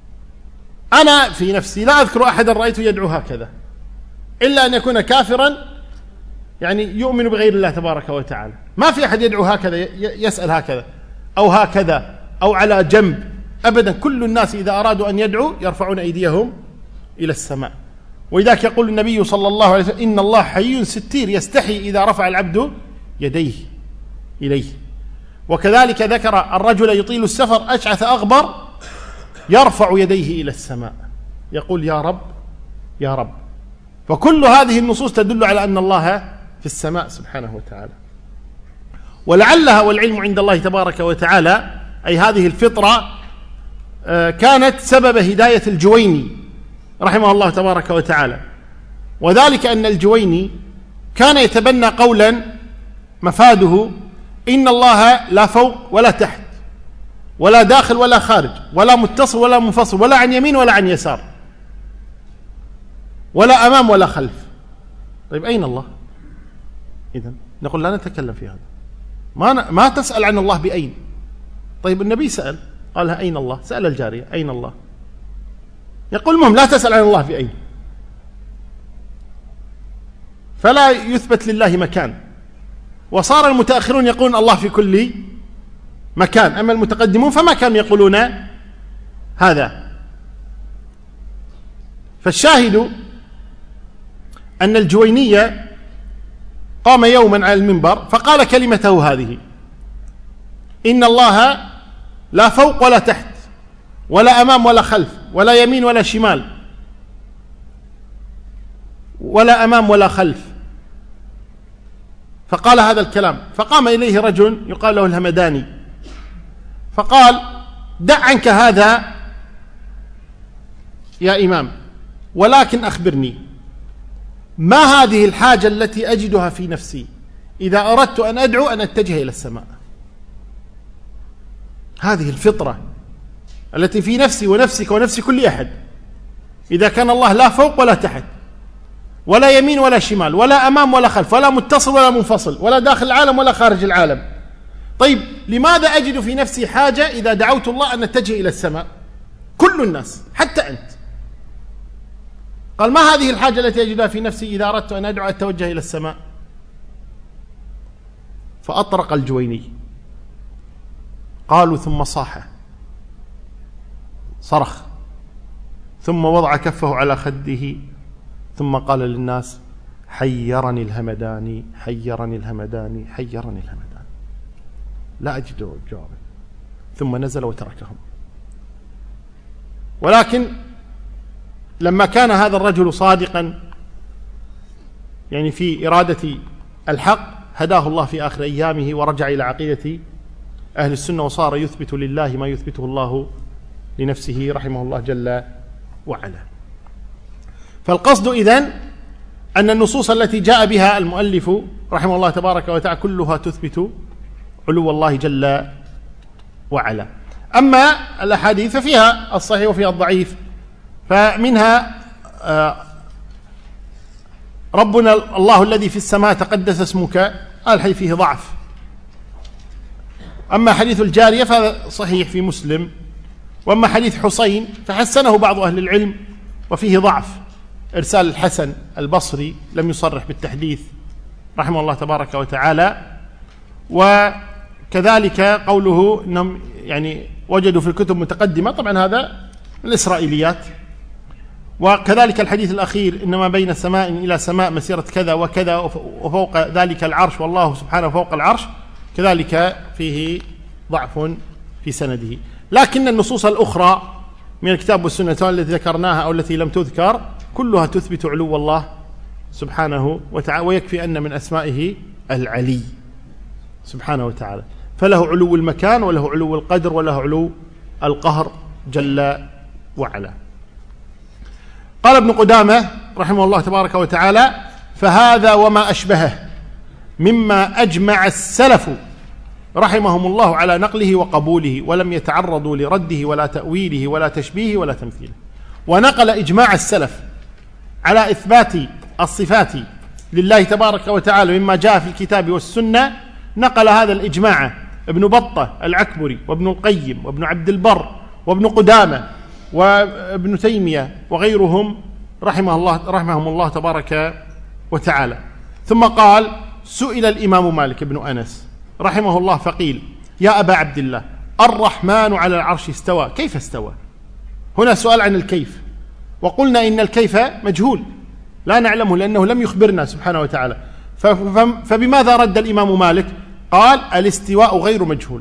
أنا في نفسي لا أذكر أحدا رأيته يدعو هكذا، إلا أن يكون كافرا يعني يؤمن بغير الله تبارك وتعالى. ما في أحد يدعو هكذا، يسأل هكذا أو هكذا أو على جنب، أبدا. كل الناس إذا أرادوا أن يدعوا يرفعون أيديهم إلى السماء. ولذلك يقول النبي صلى الله عليه وسلم إن الله حي ستير يستحي إذا رفع العبد يديه إليه. وكذلك ذكر الرجل يطيل السفر أشعث أغبر يرفع يديه إلى السماء يقول يا رب يا رب. فكل هذه النصوص تدل على أن الله في السماء سبحانه وتعالى. ولعلها والعلم عند الله تبارك وتعالى، أي هذه الفطرة كانت سبب هداية الجويني رحمه الله تبارك وتعالى. وذلك أن الجويني كان يتبنى قولا مفاده إن الله لا فوق ولا تحت ولا داخل ولا خارج ولا متصل ولا منفصل ولا عن يمين ولا عن يسار ولا أمام ولا خلف. طيب أين الله؟ إذن نقول لا نتكلم في هذا، ما تسأل عن الله بأين. طيب النبي سأل قال لها أين الله؟ سأل الجارية أين الله؟ يقول المهم لا تسأل عن الله بأين. فلا يثبت لله مكان، وصار المتأخرون يقولون الله في كل مكان، أما المتقدمون فما كانوا يقولون هذا. فالشاهد أن الجويني قام يوما على المنبر فقال كلمته هذه: إن الله لا فوق ولا تحت ولا أمام ولا خلف ولا يمين ولا شمال ولا أمام ولا خلف. فقال هذا الكلام، فقام إليه رجل يقال له الهمداني فقال: دع عنك هذا يا إمام، ولكن أخبرني ما هذه الحاجة التي أجدها في نفسي إذا أردت أن أدعو أن أتجه إلى السماء. هذه الفطرة التي في نفسي ونفسك ونفس كل أحد، إذا كان الله لا فوق ولا تحت ولا يمين ولا شمال ولا أمام ولا خلف ولا متصل ولا منفصل ولا داخل العالم ولا خارج العالم، طيب لماذا أجد في نفسي حاجة إذا دعوت الله أن أتجه إلى السماء؟ كل الناس حتى أنت. قال: ما هذه الحاجة التي أجدها في نفسي إذا أردت أن أدعو أتوجه إلى السماء؟ فأطرق الجويني. قالوا: ثم صاح، صرخ، ثم وضع كفه على خده، ثم قال للناس: حيرني الهمداني، حيرني الهمداني، حيرني الهمداني، لا أجد جوابا. ثم نزل وتركهم. ولكن لما كان هذا الرجل صادقا يعني في إرادة الحق، هداه الله في آخر أيامه ورجع إلى عقيدة أهل السنة، وصار يثبت لله ما يثبته الله لنفسه رحمه الله جل وعلا. فالقصد إذن أن النصوص التي جاء بها المؤلف رحمه الله تبارك وتعالى كلها تثبت علو الله جل وعلا. أما الأحاديث ففيها الصحيح وفيها الضعيف، فمنها ربنا الله الذي في السماء تقدس اسمك، الحديث فيه ضعف. أما حديث الجارية فهذا صحيح في مسلم، وأما حديث حسين فحسنه بعض أهل العلم وفيه ضعف، إرسال الحسن البصري لم يصرح بالتحديث رحمه الله تبارك وتعالى. وكذلك قوله أنهم يعني وجدوا في الكتب متقدمة، طبعا هذا الإسرائيليات. وكذلك الحديث الأخير: إنما بين سماء إلى سماء مسيرة كذا وكذا وفوق ذلك العرش والله سبحانه فوق العرش، كذلك فيه ضعف في سنده. لكن النصوص الأخرى من الكتاب والسنة التي ذكرناها أو التي لم تذكر كلها تثبت علو الله سبحانه وتعالى، ويكفي أن من أسمائه العلي سبحانه وتعالى، فله علو المكان وله علو القدر وله علو القهر جل وعلا. قال ابن قدامة رحمه الله تبارك وتعالى: فهذا وما أشبهه مما أجمع السلف رحمهم الله على نقله وقبوله، ولم يتعرضوا لرده ولا تأويله ولا تشبيهه ولا تمثيله. ونقل إجماع السلف على إثبات الصفات لله تبارك وتعالى مما جاء في الكتاب والسنة. نقل هذا الإجماع ابن بطة العكبري وابن القيم وابن عبد البر وابن قدامة وابن تيمية وغيرهم رحمهم الله تبارك وتعالى. ثم قال: سئل الإمام مالك بن أنس رحمه الله فقيل: يا أبا عبد الله، الرحمن على العرش استوى، كيف استوى؟ هنا سؤال عن الكيف، وقلنا إن الكيف مجهول لا نعلمه لأنه لم يخبرنا سبحانه وتعالى. فبماذا رد الإمام مالك؟ قال: الاستواء غير مجهول،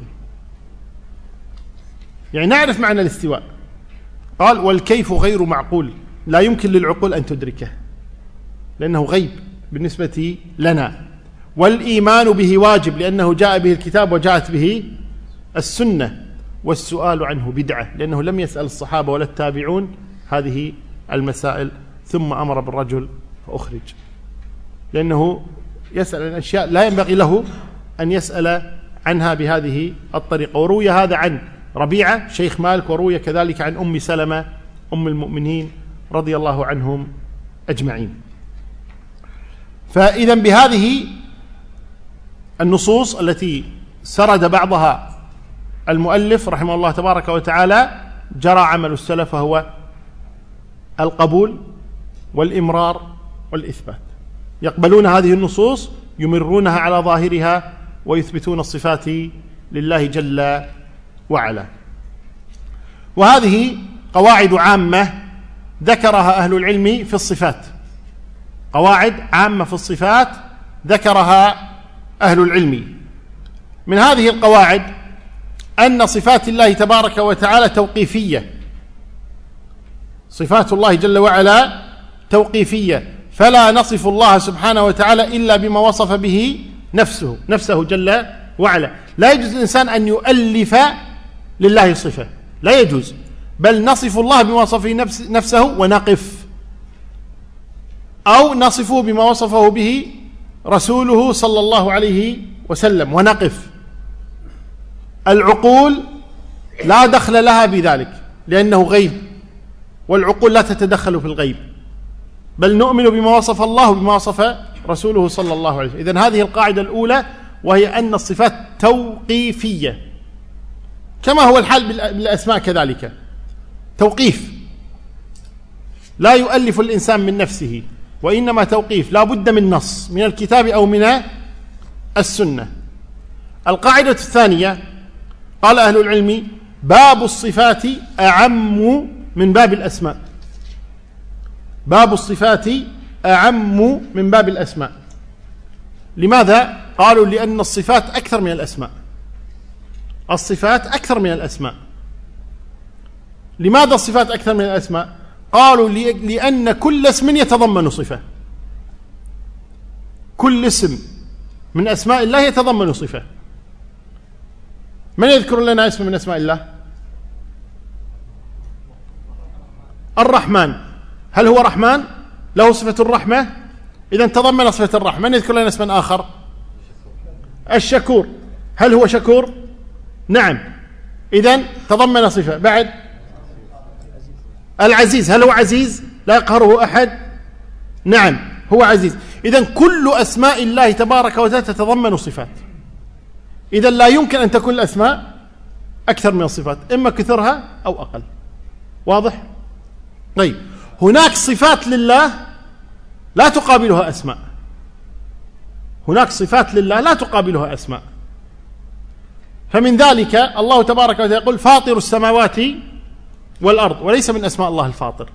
يعني نعرف معنى الاستواء. قال: والكيف غير معقول، لا يمكن للعقول أن تدركه لأنه غيب بالنسبة لنا. والإيمان به واجب لأنه جاء به الكتاب وجاءت به السنة. والسؤال عنه بدعة لأنه لم يسأل الصحابة ولا التابعون هذه المسائل. ثم أمر بالرجل فأخرج، لأنه يسأل عن أشياء لا ينبغي له أن يسأل عنها بهذه الطريقة. وروي هذا عن ربيعة شيخ مالك، وروي كذلك عن أم سلمة أم المؤمنين رضي الله عنهم أجمعين. فإذا بهذه النصوص التي سرد بعضها المؤلف رحمه الله تبارك وتعالى جرى عمل السلف، هو القبول والإمرار والإثبات. يقبلون هذه النصوص يمرونها على ظاهرها ويثبتون الصفات لله جل وعلا. وهذه قواعد عامة ذكرها أهل العلم في الصفات، قواعد عامة في الصفات ذكرها أهل العلم. من هذه القواعد أن صفات الله تبارك وتعالى توقيفية، صفات الله جل وعلا توقيفية، فلا نصف الله سبحانه وتعالى إلا بما وصف به نفسه جل وعلا. لا يجوز الإنسان أن يؤلف لله صفة، لا يجوز، بل نصف الله بما وصف نفسه ونقف، أو نصفه بما وصفه به رسوله صلى الله عليه وسلم ونقف. العقول لا دخل لها بذلك لأنه غيب، والعقول لا تتدخل في الغيب، بل نؤمن بما وصف الله وبما وصف رسوله صلى الله عليه وسلم. إذن هذه القاعدة الأولى، وهي أن الصفات توقيفية، كما هو الحال بالأسماء كذلك، توقيف، لا يؤلف الإنسان من نفسه، وإنما توقيف، لا بد من نص من الكتاب أو من السنة. القاعدة الثانية قال أهل العلم: باب الصفات أعم من باب الأسماء. باب الصفات أعم من باب الأسماء. لماذا؟ قالوا: لأن الصفات أكثر من الأسماء. الصفات أكثر من الأسماء. لماذا الصفات أكثر من الأسماء؟ قالوا: لأن كل اسم يتضمن صفة، كل اسم من أسماء الله يتضمن صفة. من يذكر لنا اسم من أسماء الله؟ الرحمن. هل هو رحمن؟ له صفة الرحمة، إذن تضمن صفة الرحمة. من يذكر لنا اسما آخر؟ الشكور. هل هو شكور؟ نعم، إذن تضمن صفة. بعد العزيز. هل هو عزيز؟ لا يقهره أحد؟ نعم، هو عزيز. إذن كل أسماء الله تبارك وتعالى تتضمن صفات. إذن لا يمكن أن تكون الأسماء أكثر من الصفات، إما كثرها أو أقل. واضح؟ طيب، هناك صفات لله لا تقابلها أسماء، هناك صفات لله لا تقابلها أسماء. فمن ذلك الله تبارك وتعالى يقول: فاطر السماوات والأرض، وليس من أسماء الله الفاطر،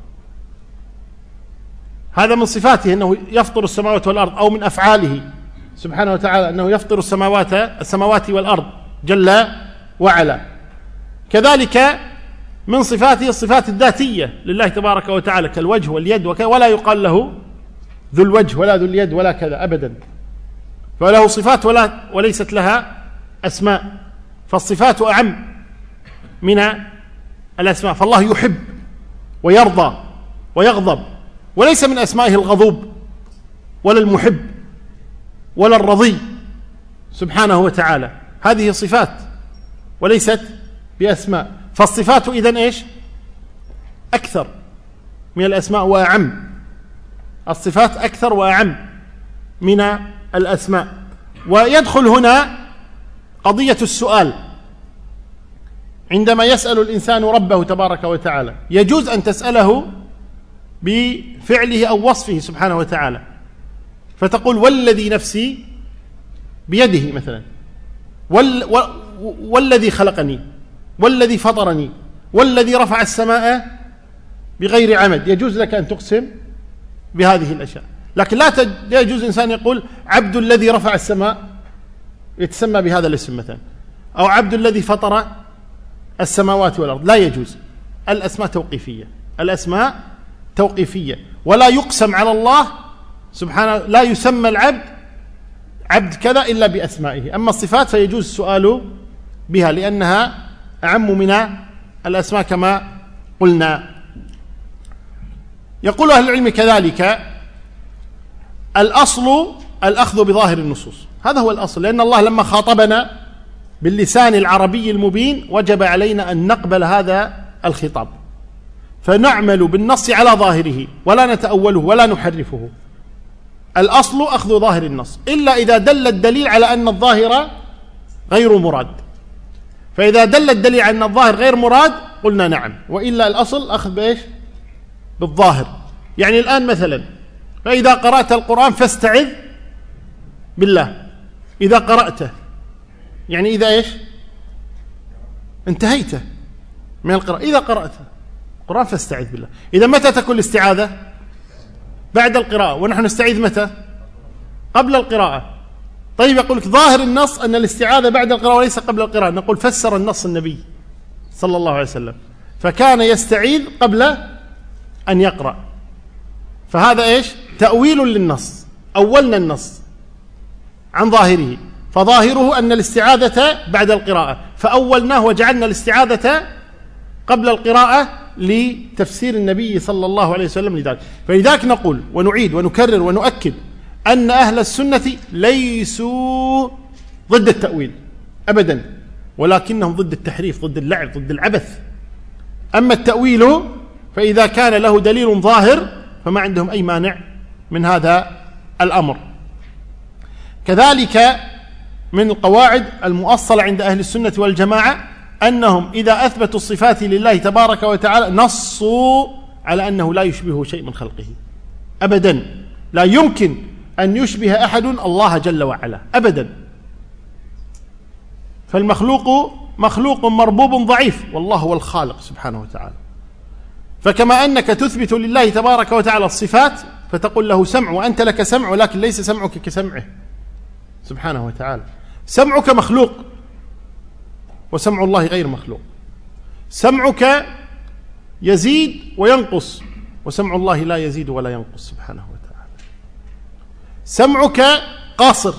هذا من صفاته أنه يفطر السماوات والأرض، أو من أفعاله سبحانه وتعالى أنه يفطر السماوات والأرض جل وعلا. كذلك من صفاته الصفات الذاتية لله تبارك وتعالى، كالوجه واليد وكذا، ولا يقال له ذو الوجه ولا ذو اليد ولا كذا أبدا، فله صفات وليست لها أسماء، فالصفات أعم من الأسماء. فالله يحب ويرضى ويغضب، وليس من أسمائه الغضوب ولا المحب ولا الرضي سبحانه وتعالى، هذه صفات وليست بأسماء. فالصفات إذن إيش؟ أكثر من الأسماء وأعم، الصفات أكثر وأعم من الأسماء. ويدخل هنا قضية السؤال. عندما يسأل الإنسان ربه تبارك وتعالى، يجوز أن تسأله بفعله أو وصفه سبحانه وتعالى، فتقول: والذي نفسي بيده مثلا، والذي خلقني، والذي فطرني، والذي رفع السماء بغير عمد. يجوز لك أن تقسم بهذه الأشياء، لكن لا يجوز إنسان يقول: عبد الذي رفع السماء، يتسمى بهذا الاسم مثلا، أو عبد الذي فطر السماوات والأرض، لا يجوز. الأسماء توقيفية، الأسماء توقيفية، ولا يقسم على الله سبحانه، لا يسمى العبد عبد كذا إلا بأسمائه. أما الصفات فيجوز السؤال بها لأنها أعم من الأسماء كما قلنا. يقول أهل العلم كذلك: الأصل الأخذ بظاهر النصوص، هذا هو الأصل، لأن الله لما خاطبنا باللسان العربي المبين وجب علينا أن نقبل هذا الخطاب، فنعمل بالنص على ظاهره ولا نتأوله ولا نحرفه. الأصل أخذ ظاهر النص، إلا إذا دل الدليل على أن الظاهر غير مراد، فإذا دل الدليل على أن الظاهر غير مراد قلنا نعم، وإلا الأصل أخذ بإيش؟ بالظاهر. يعني الآن مثلا فإذا قرأت القرآن فاستعذ بالله. إذا قرأته يعني إذا إيش؟ انتهيت من القراءة. إذا قرأت القرآن فاستعذ بالله. إذا متى تكون الاستعاذة؟ بعد القراءة، ونحن نستعيذ متى؟ قبل القراءة. طيب يقول لك ظاهر النص أن الاستعاذة بعد القراءة وليس قبل القراءة. نقول فسر النص النبي صلى الله عليه وسلم، فكان يستعيذ قبل أن يقرأ. فهذا إيش؟ تأويل للنص، أولنا النص عن ظاهره، فظاهره أن الاستعاذة بعد القراءة، فأولناه وجعلنا الاستعاذة قبل القراءة لتفسير النبي صلى الله عليه وسلم لذلك. فلذلك نقول ونعيد ونكرر ونؤكد أن أهل السنة ليسوا ضد التأويل أبدا، ولكنهم ضد التحريف، ضد اللعب، ضد العبث. أما التأويل فإذا كان له دليل ظاهر فما عندهم أي مانع من هذا الأمر. كذلك من القواعد المؤصلة عند أهل السنة والجماعة أنهم إذا أثبتوا الصفات لله تبارك وتعالى نصوا على أنه لا يشبه شيء من خلقه أبدا. لا يمكن أن يشبه أحد الله جل وعلا أبدا. فالمخلوق مخلوق مربوب ضعيف، والله هو الخالق سبحانه وتعالى. فكما أنك تثبت لله تبارك وتعالى الصفات فتقول له سمع وأنت لك سمع، ولكن ليس سمعك كسمعه سبحانه وتعالى. سمعك مخلوق وسمع الله غير مخلوق. سمعك يزيد وينقص وسمع الله لا يزيد ولا ينقص سبحانه وتعالى. سمعك قاصر،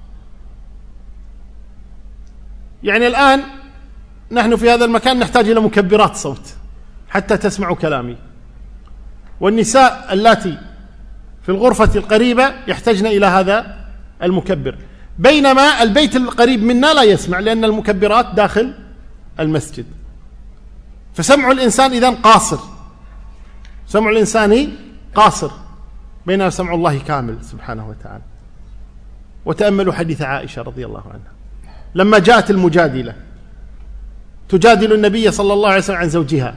يعني الآن نحن في هذا المكان نحتاج إلى مكبرات صوت حتى تسمع كلامي، والنساء اللاتي في الغرفة القريبة يحتاجن إلى هذا المكبر، بينما البيت القريب منا لا يسمع لأن المكبرات داخل المسجد. فسمع الإنسان إذن قاصر، سمع الإنسان قاصر، بينما سمع الله كامل سبحانه وتعالى. وتأملوا حديث عائشة رضي الله عنها لما جاءت المجادلة تجادل النبي صلى الله عليه وسلم عن زوجها،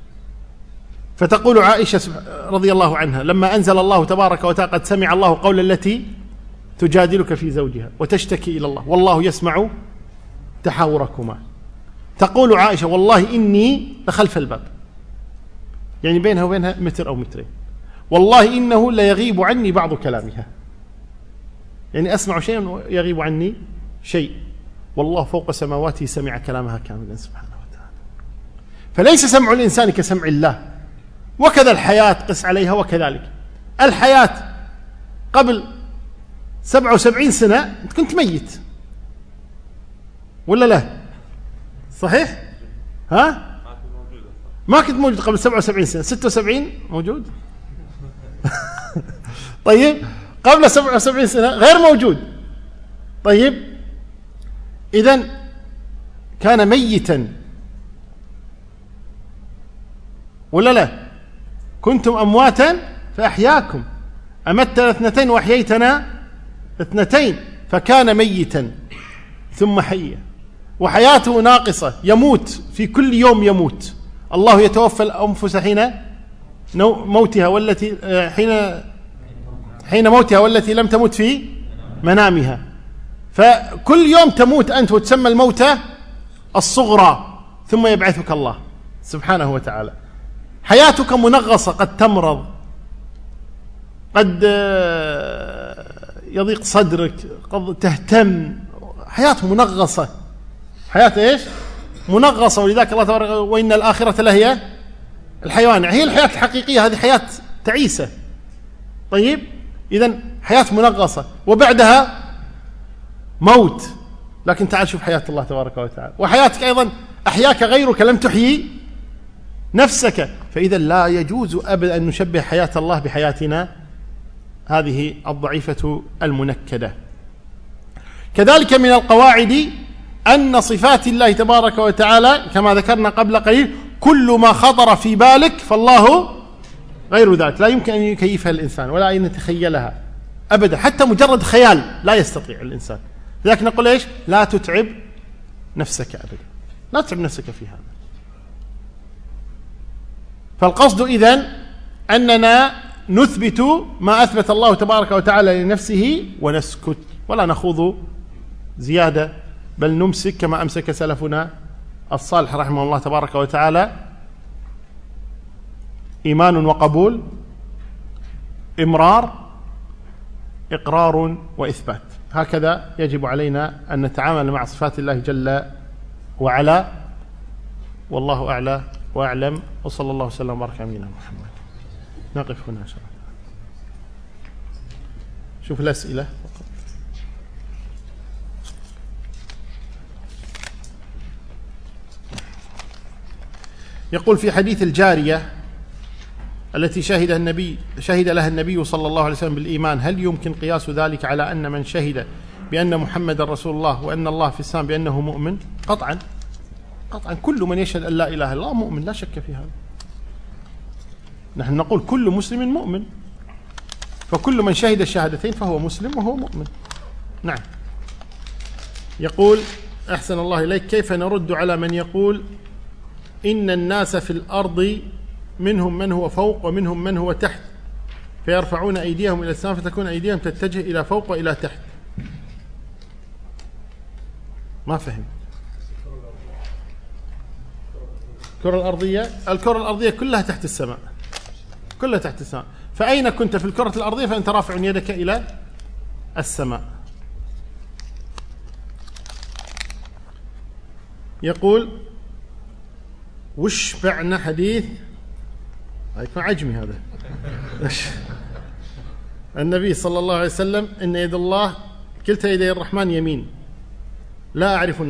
فتقول عائشة رضي الله عنها لما أنزل الله تبارك وتعالى قد سمع الله قول التي تجادلك في زوجها وتشتكي إلى الله والله يسمع تحاوركما، تقول عائشة والله إني لخلف الباب، يعني بينها وبينها متر أو مترين، والله إنه ليغيب عني بعض كلامها، يعني أسمع شيئا ويغيب عني شيء، والله فوق سماواته سمع كلامها كاملا سبحانه وتعالى. فليس سمع الإنسان كسمع الله. وكذا الحياة قس عليها، وكذلك الحياة قبل 77 سنة أنت كنت ميت ولا لا؟ صحيح؟ ها؟ ما كنت موجود قبل 77 سنة. 76 موجود؟ طيب قبل 77 سنة غير موجود. طيب إذن كان ميتا ولا لا؟ كنتم أمواتا فأحياكم، أمتنا 2 وأحييتنا 2، فكان ميتا ثم حي، وحياته ناقصة، يموت في كل يوم يموت. الله يتوفى الأنفس حين موتها والتي حين موتها والتي لم تمت في منامها. فكل يوم تموت أنت وتسمى الموتى الصغرى، ثم يبعثك الله سبحانه وتعالى. حياتك منغصة، قد تمرض، قد يضيق صدرك، قد تهتم، حياة منغصة، حياة إيش؟ منغصة. ولذلك الله تبارك وإن الآخرة لهي الحيوان، هي الحياة الحقيقية، هذه حياة تعيسة. طيب إذن حياة منغصة وبعدها موت. لكن تعال شوف حياة الله تبارك وتعالى، وحياتك أيضا أحياك غيرك، لم تحيي نفسك. فإذا لا يجوز أبدا أن نشبه حياة الله بحياتنا هذه الضعيفة المنكدة. كذلك من القواعد أن صفات الله تبارك وتعالى كما ذكرنا قبل قليل كل ما خطر في بالك فالله غير ذلك، لا يمكن أن يكيفها الإنسان ولا أن يتخيلها أبدا، حتى مجرد خيال لا يستطيع الإنسان. لذلك نقول إيش؟ لا تتعب نفسك أبدا، لا تتعب نفسك في هذا. فالقصد إذن أننا نثبت ما أثبت الله تبارك وتعالى لنفسه ونسكت ولا نخوض زيادة، بل نمسك كما أمسك سلفنا الصالح رحمه الله تبارك وتعالى: إيمان وقبول، إمرار، إقرار وإثبات. هكذا يجب علينا أن نتعامل مع صفات الله جل وعلا، والله أعلى وأعلم، وصلى الله وسلم وبارك على نبينا محمد. نقف هنا إن شاء الله. شوف الأسئلة. يقول: في حديث الجارية التي شهد لها النبي صلى الله عليه وسلم بالإيمان، هل يمكن قياس ذلك على أن من شهد بأن محمد رسول الله وأن الله في السماء بأنه مؤمن؟ قطعا قطعا، كل من يشهد أن لا إله إلا الله مؤمن، لا شك في هذا. نحن نقول كل مسلم مؤمن، فكل من شهد الشهادتين فهو مسلم وهو مؤمن. نعم. يقول: أحسن الله إليك، كيف نرد على من يقول إن الناس في الأرض منهم من هو فوق ومنهم من هو تحت، فيرفعون أيديهم إلى السماء فتكون أيديهم تتجه إلى فوق وإلى تحت؟ ما فهم. الكرة الأرضية كلها تحت السماء، كلها تحت السماء، فأين كنت في الكرة الأرضية فأنت رافع يدك إلى السماء. يقول: وش معنى حديث يكون عجمي هذا النبي صلى الله عليه وسلم إن يد الله كلتا يدي الرحمن يمين؟ لا أعرف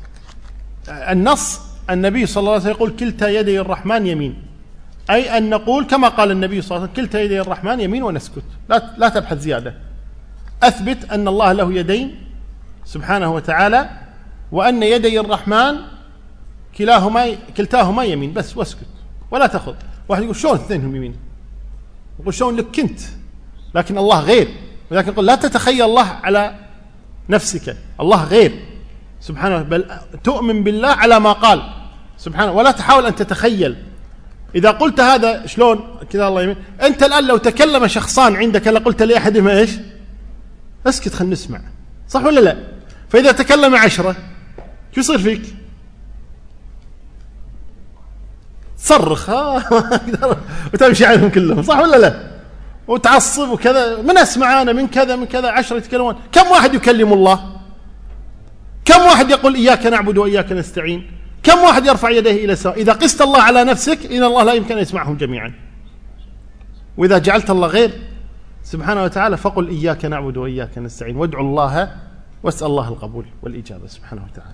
النص النبي صلى الله عليه وسلم يقول كلتا يدي الرحمن يمين، أي أن نقول كما قال النبي صلى الله عليه وسلم كلتا يدي الرحمن يمين ونسكت، لا تبحث زيادة. أثبت أن الله له يدين سبحانه وتعالى، وأن يدي الرحمن كلتاهما يمين بس، واسكت ولا تأخذ. واحد يقول شلون اثنينهم يمين؟ يقول شلون لك كنت، لكن الله غير، ولكن يقول لا تتخيل الله على نفسك، الله غير سبحانه، بل تؤمن بالله على ما قال سبحانه، ولا تحاول أن تتخيل. إذا قلت هذا شلون كذا الله يمين، أنت الآن لو تكلم شخصان عندك لقلت لأحدهما إيش؟ اسكت خلنا نسمع، صح ولا لا؟ فإذا تكلم 10 شو يصير فيك؟ تصرخ وتمشي عنهم كلهم، صح ولا لا؟ وتعصب وكذا، من أسمع أنا من كذا من كذا، 10 يتكلمون. كم واحد يكلم الله؟ كم واحد يقول إياك نعبد وإياك نستعين؟ كم واحد يرفع يديه إلى السماء؟ إذا قست الله على نفسك إن الله لا يمكن أن يسمعهم جميعا. وإذا جعلت الله غير سبحانه وتعالى فقل إياك نعبد وإياك نستعين، وادعوا الله واسأل الله القبول والإجابة سبحانه وتعالى.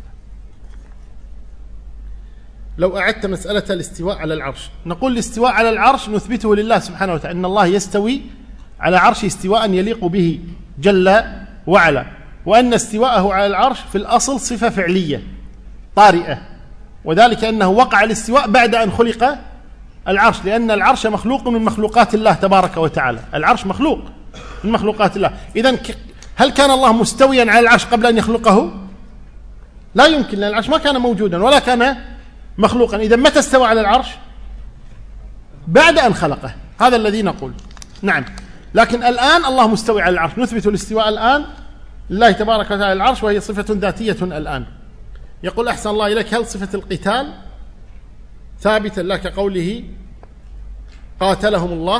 لو أعدت مسألة الاستواء على العرش، نقول الاستواء على العرش نثبته لله سبحانه وتعالى، أن الله يستوي على عرشه استواء يليق به جل وعلا، وأن استواءه على العرش في الأصل صفة فعلية طارئة، وذلك أنه وقع الاستواء بعد أن خلق العرش، لأن العرش مخلوق من مخلوقات الله تبارك وتعالى، العرش مخلوق من مخلوقات الله. إذن هل كان الله مستويا على العرش قبل أن يخلقه؟ لا يمكن، لأن العرش ما كان موجودا ولا كان مخلوقا. إذا متى استوى على العرش؟ بعد أن خلقه، هذا الذي نقول. نعم، لكن الآن الله مستوي على العرش، نثبت الاستواء الآن لله تبارك وتعالى على العرش، وهي صفة ذاتية الآن. يقول أحسن الله إليك، هل صفة القتال ثابتة لك قوله قاتلهم الله؟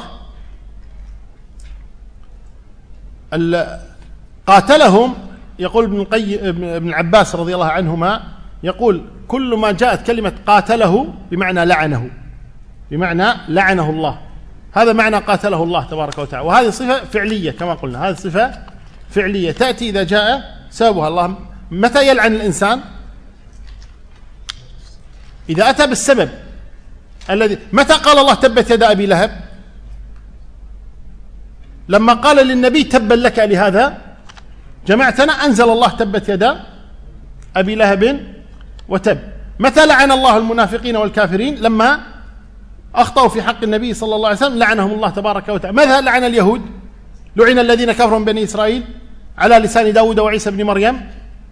قاتلهم، يقول ابن عباس رضي الله عنهما، يقول كل ما جاءت كلمة قاتله بمعنى لعنه، بمعنى لعنه الله، هذا معنى قاتله الله تبارك وتعالى. وهذه صفة فعلية كما قلنا، هذه صفة فعلية تأتي إذا جاء سببها. الله متى يلعن الإنسان؟ إذا أتى بالسبب الذي، متى قال الله تبت يد أبي لهب؟ لما قال للنبي تبا لك لهذا جمعتنا، أنزل الله تبت يد أبي لهب وتب. متى لعن الله المنافقين والكافرين؟ لما أخطأوا في حق النبي صلى الله عليه وسلم لعنهم الله تبارك وتعالى. ماذا لعن اليهود؟ لعن الذين كفروا من بني إسرائيل على لسان داود وعيسى بن مريم،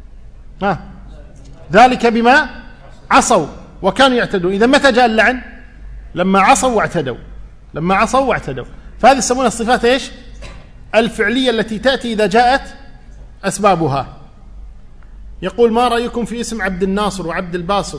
ذلك بما عصوا وكانوا يعتدون. إذا متى جاء اللعن؟ لما عصوا واعتدوا، لما عصوا واعتدوا. فهذه يسمونها الصفات إيش؟ الفعلية التي تأتي إذا جاءت أسبابها. يقول: ما رأيكم في اسم عبد الناصر وعبد الباسط؟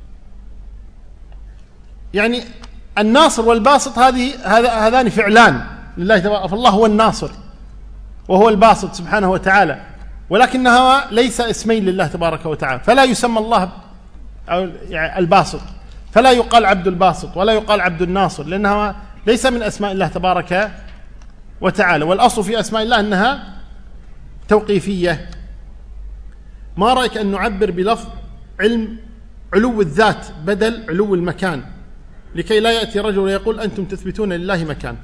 يعني الناصر والباسط هذان فعلان لله تبارك، فالله هو الناصر وهو الباسط سبحانه وتعالى، ولكنها ليس اسمين لله تبارك وتعالى، فلا يسمى الله الباسط، فلا يقال عبد الباسط ولا يقال عبد الناصر، لأنها ليس من أسماء الله تبارك وتعالى، والأصل في أسماء الله أنها توقيفية. ما رأيك أن نعبر بلفظ علو الذات بدل علو المكان، لكي لا يأتي رجل ويقول أنتم تثبتون لله مكان؟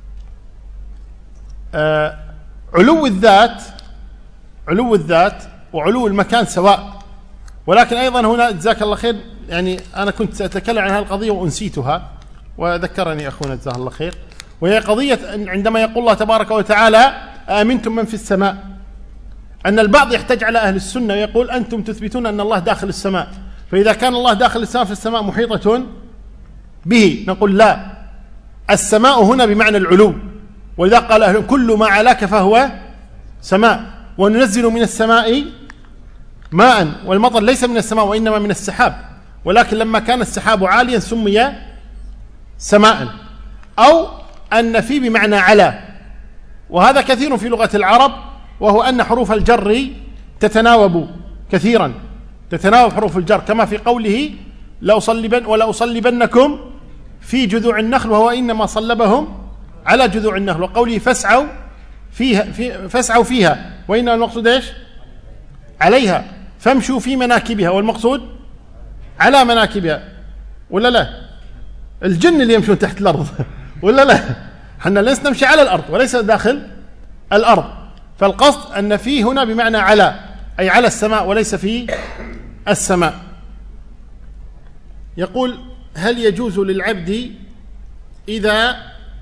علو الذات وعلو المكان سواء، ولكن أيضا هنا جزاك الله خير، يعني أنا كنت سأتكلم عن هذه القضية وأنسيتها وذكرني أخونا جزاه الله خير، وهي قضية عندما يقول الله تبارك وتعالى: آمنتم من في السماء، أن البعض يحتج على أهل السنة ويقول: أنتم تثبتون أن الله داخل السماء، فإذا كان الله داخل السماء فالسماء محيطة به. نقول: لا، السماء هنا بمعنى العلو، ولذا قال أهل: كل ما علاك فهو سماء، وننزل من السماء ماء، والمطر ليس من السماء وإنما من السحاب، ولكن لما كان السحاب عاليا سمي سماء. أو أن في بمعنى على، وهذا كثير في لغة العرب، وهو أن حروف الجر تتناوب كثيرا، تتناوب حروف الجر، كما في قوله: لأصلبنكم في جذوع النخل، وهو إنما صلبهم على جذوع النخل، وقوله: فاسعوا فيها، وإنما المقصود إيش؟ عليها، فامشوا في مناكبها، والمقصود على مناكبها، ولا لا؟ الجن اللي يمشون تحت الأرض ولا لا؟ حنا لسنا نمشي على الأرض وليس داخل الأرض، فالقصد أن في هنا بمعنى على، أي على السماء وليس في السماء. يقول: هل يجوز للعبد إذا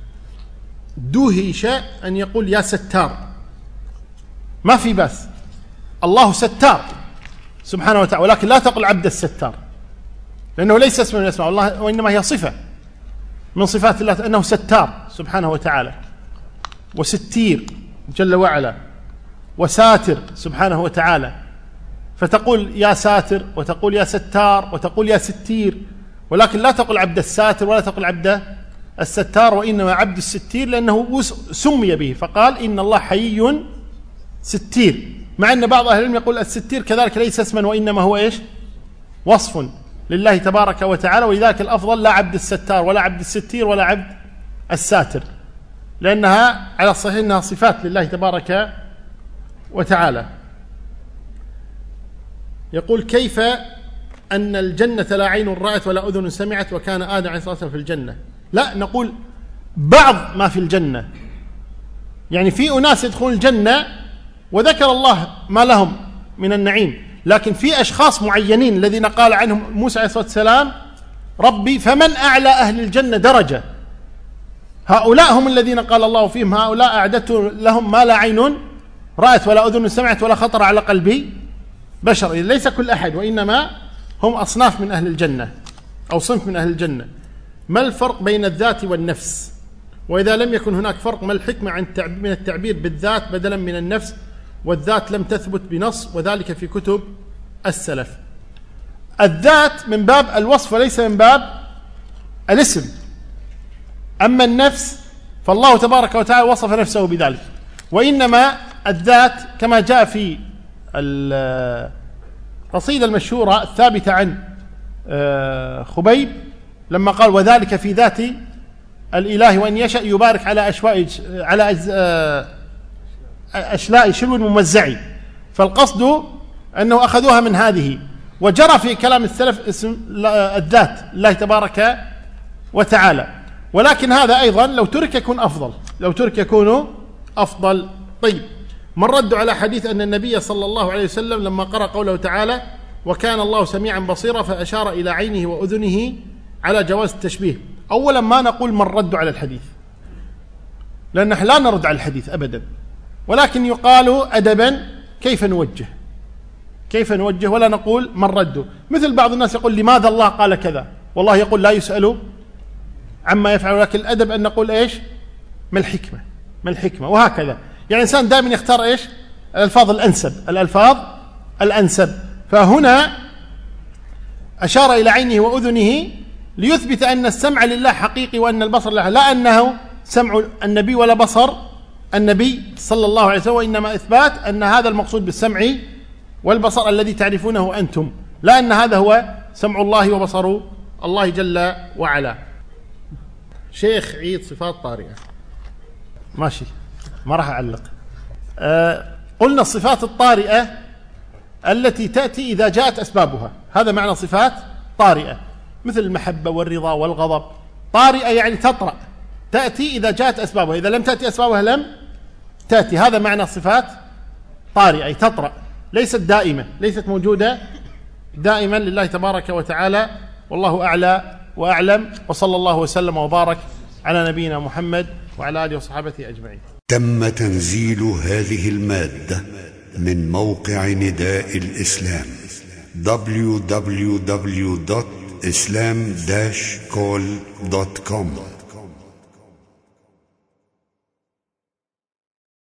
دهش أن يقول يا ستار؟ ما في بأس، الله ستار سبحانه وتعالى، ولكن لا تقل عبد الستار، لأنه ليس اسم من اسماء الله، وإنما هي صفة من صفات الله، أنه ستار سبحانه وتعالى، وستير جل وعلا، وساتر سبحانه وتعالى، فتقول يا ساتر، وتقول يا ستار، وتقول يا ستير، ولكن لا تقل عبد الساتر ولا تقل عبد الستار، وإنما عبد الستير لأنه سمي به، فقال: إن الله حيي ستير، مع أن بعض أهل العلم يقول الستير كذلك ليس اسما، وإنما هو إيش؟ وصف لله تبارك وتعالى، ولذلك الأفضل لا عبد الستار ولا عبد الستير ولا عبد الساتر، لأنها على الصحيح أنها صفات لله تبارك وتعالى. يقول: كيف أن الجنة لا عين رأت ولا أذن سمعت، وكان آدم عليه الصلاة والسلام في الجنة؟ لا، نقول بعض ما في الجنة، يعني في أناس يدخلون الجنة وذكر الله ما لهم من النعيم، لكن في أشخاص معينين الذين قال عنهم موسى عليه الصلاة والسلام: ربي فمن أعلى أهل الجنة درجة، هؤلاء هم الذين قال الله فيهم: هؤلاء أعددت لهم ما لا عين رأت ولا أذن سمعت ولا خطر على قلب بشر. ليس كل أحد، وإنما هم أصناف من أهل الجنة أو صنف من أهل الجنة. ما الفرق بين الذات والنفس؟ وإذا لم يكن هناك فرق، ما الحكمة من التعبير بالذات بدلا من النفس؟ والذات لم تثبت بنص، وذلك في كتب السلف. الذات من باب الوصف وليس من باب الاسم، أما النفس فالله تبارك وتعالى وصف نفسه بذلك، وإنما الذات كما جاء في القصيدة المشهورة الثابتة عن خبيب لما قال: وذلك في ذات الإله وإن يشأ يبارك على أشلاء شلو ممزعي، فالقصد أنه أخذوها من هذه، وجرى في كلام السلف اسم الذات الله تبارك وتعالى، ولكن هذا أيضا لو ترك يكون أفضل، لو ترك يكون أفضل. طيب، من رد على حديث أن النبي صلى الله عليه وسلم لما قرأ قوله تعالى: وكان الله سميعا بصيرا، فأشار إلى عينه وأذنه على جواز التشبيه؟ أولا ما نقول من رد على الحديث، لأن نحن لا نرد على الحديث أبدا، ولكن يقال أدبا كيف نوجه، ولا نقول من رده. مثل بعض الناس يقول: لماذا الله قال كذا؟ والله يقول: لا يسأل عما يفعل، ولكن الأدب أن نقول إيش؟ ما الحكمة؟ ما الحكمة؟ وهكذا. يعني الإنسان دائما يختار إيش؟ الألفاظ الأنسب، الألفاظ الأنسب. فهنا أشار إلى عينه وأذنه ليثبت أن السمع لله حقيقي وأن البصر لله، لا أنه سمع النبي ولا بصر النبي صلى الله عليه وسلم، وإنما إثبات أن هذا المقصود بالسمع والبصر الذي تعرفونه أنتم، لا أن هذا هو سمع الله وبصر الله جل وعلا. شيخ عيد صفات طارئة. ماشي، ما راح أعلق. قلنا الصفات الطارئة التي تأتي إذا جاءت أسبابها، هذا معنى صفات طارئة، مثل المحبة والرضا والغضب. طارئة يعني تطرأ، تأتي إذا جاءت أسبابها، إذا لم تأتي أسبابها لم تأتي. هذا معنى صفات طارئة، أي تطرأ، ليست دائمة، ليست موجودة دائما لله تبارك وتعالى. والله أعلى وأعلم، وصلى الله وسلم وبارك على نبينا محمد وعلى آله وصحابته أجمعين. تم تنزيل هذه المادة من موقع نداء الإسلام www.islam-call.com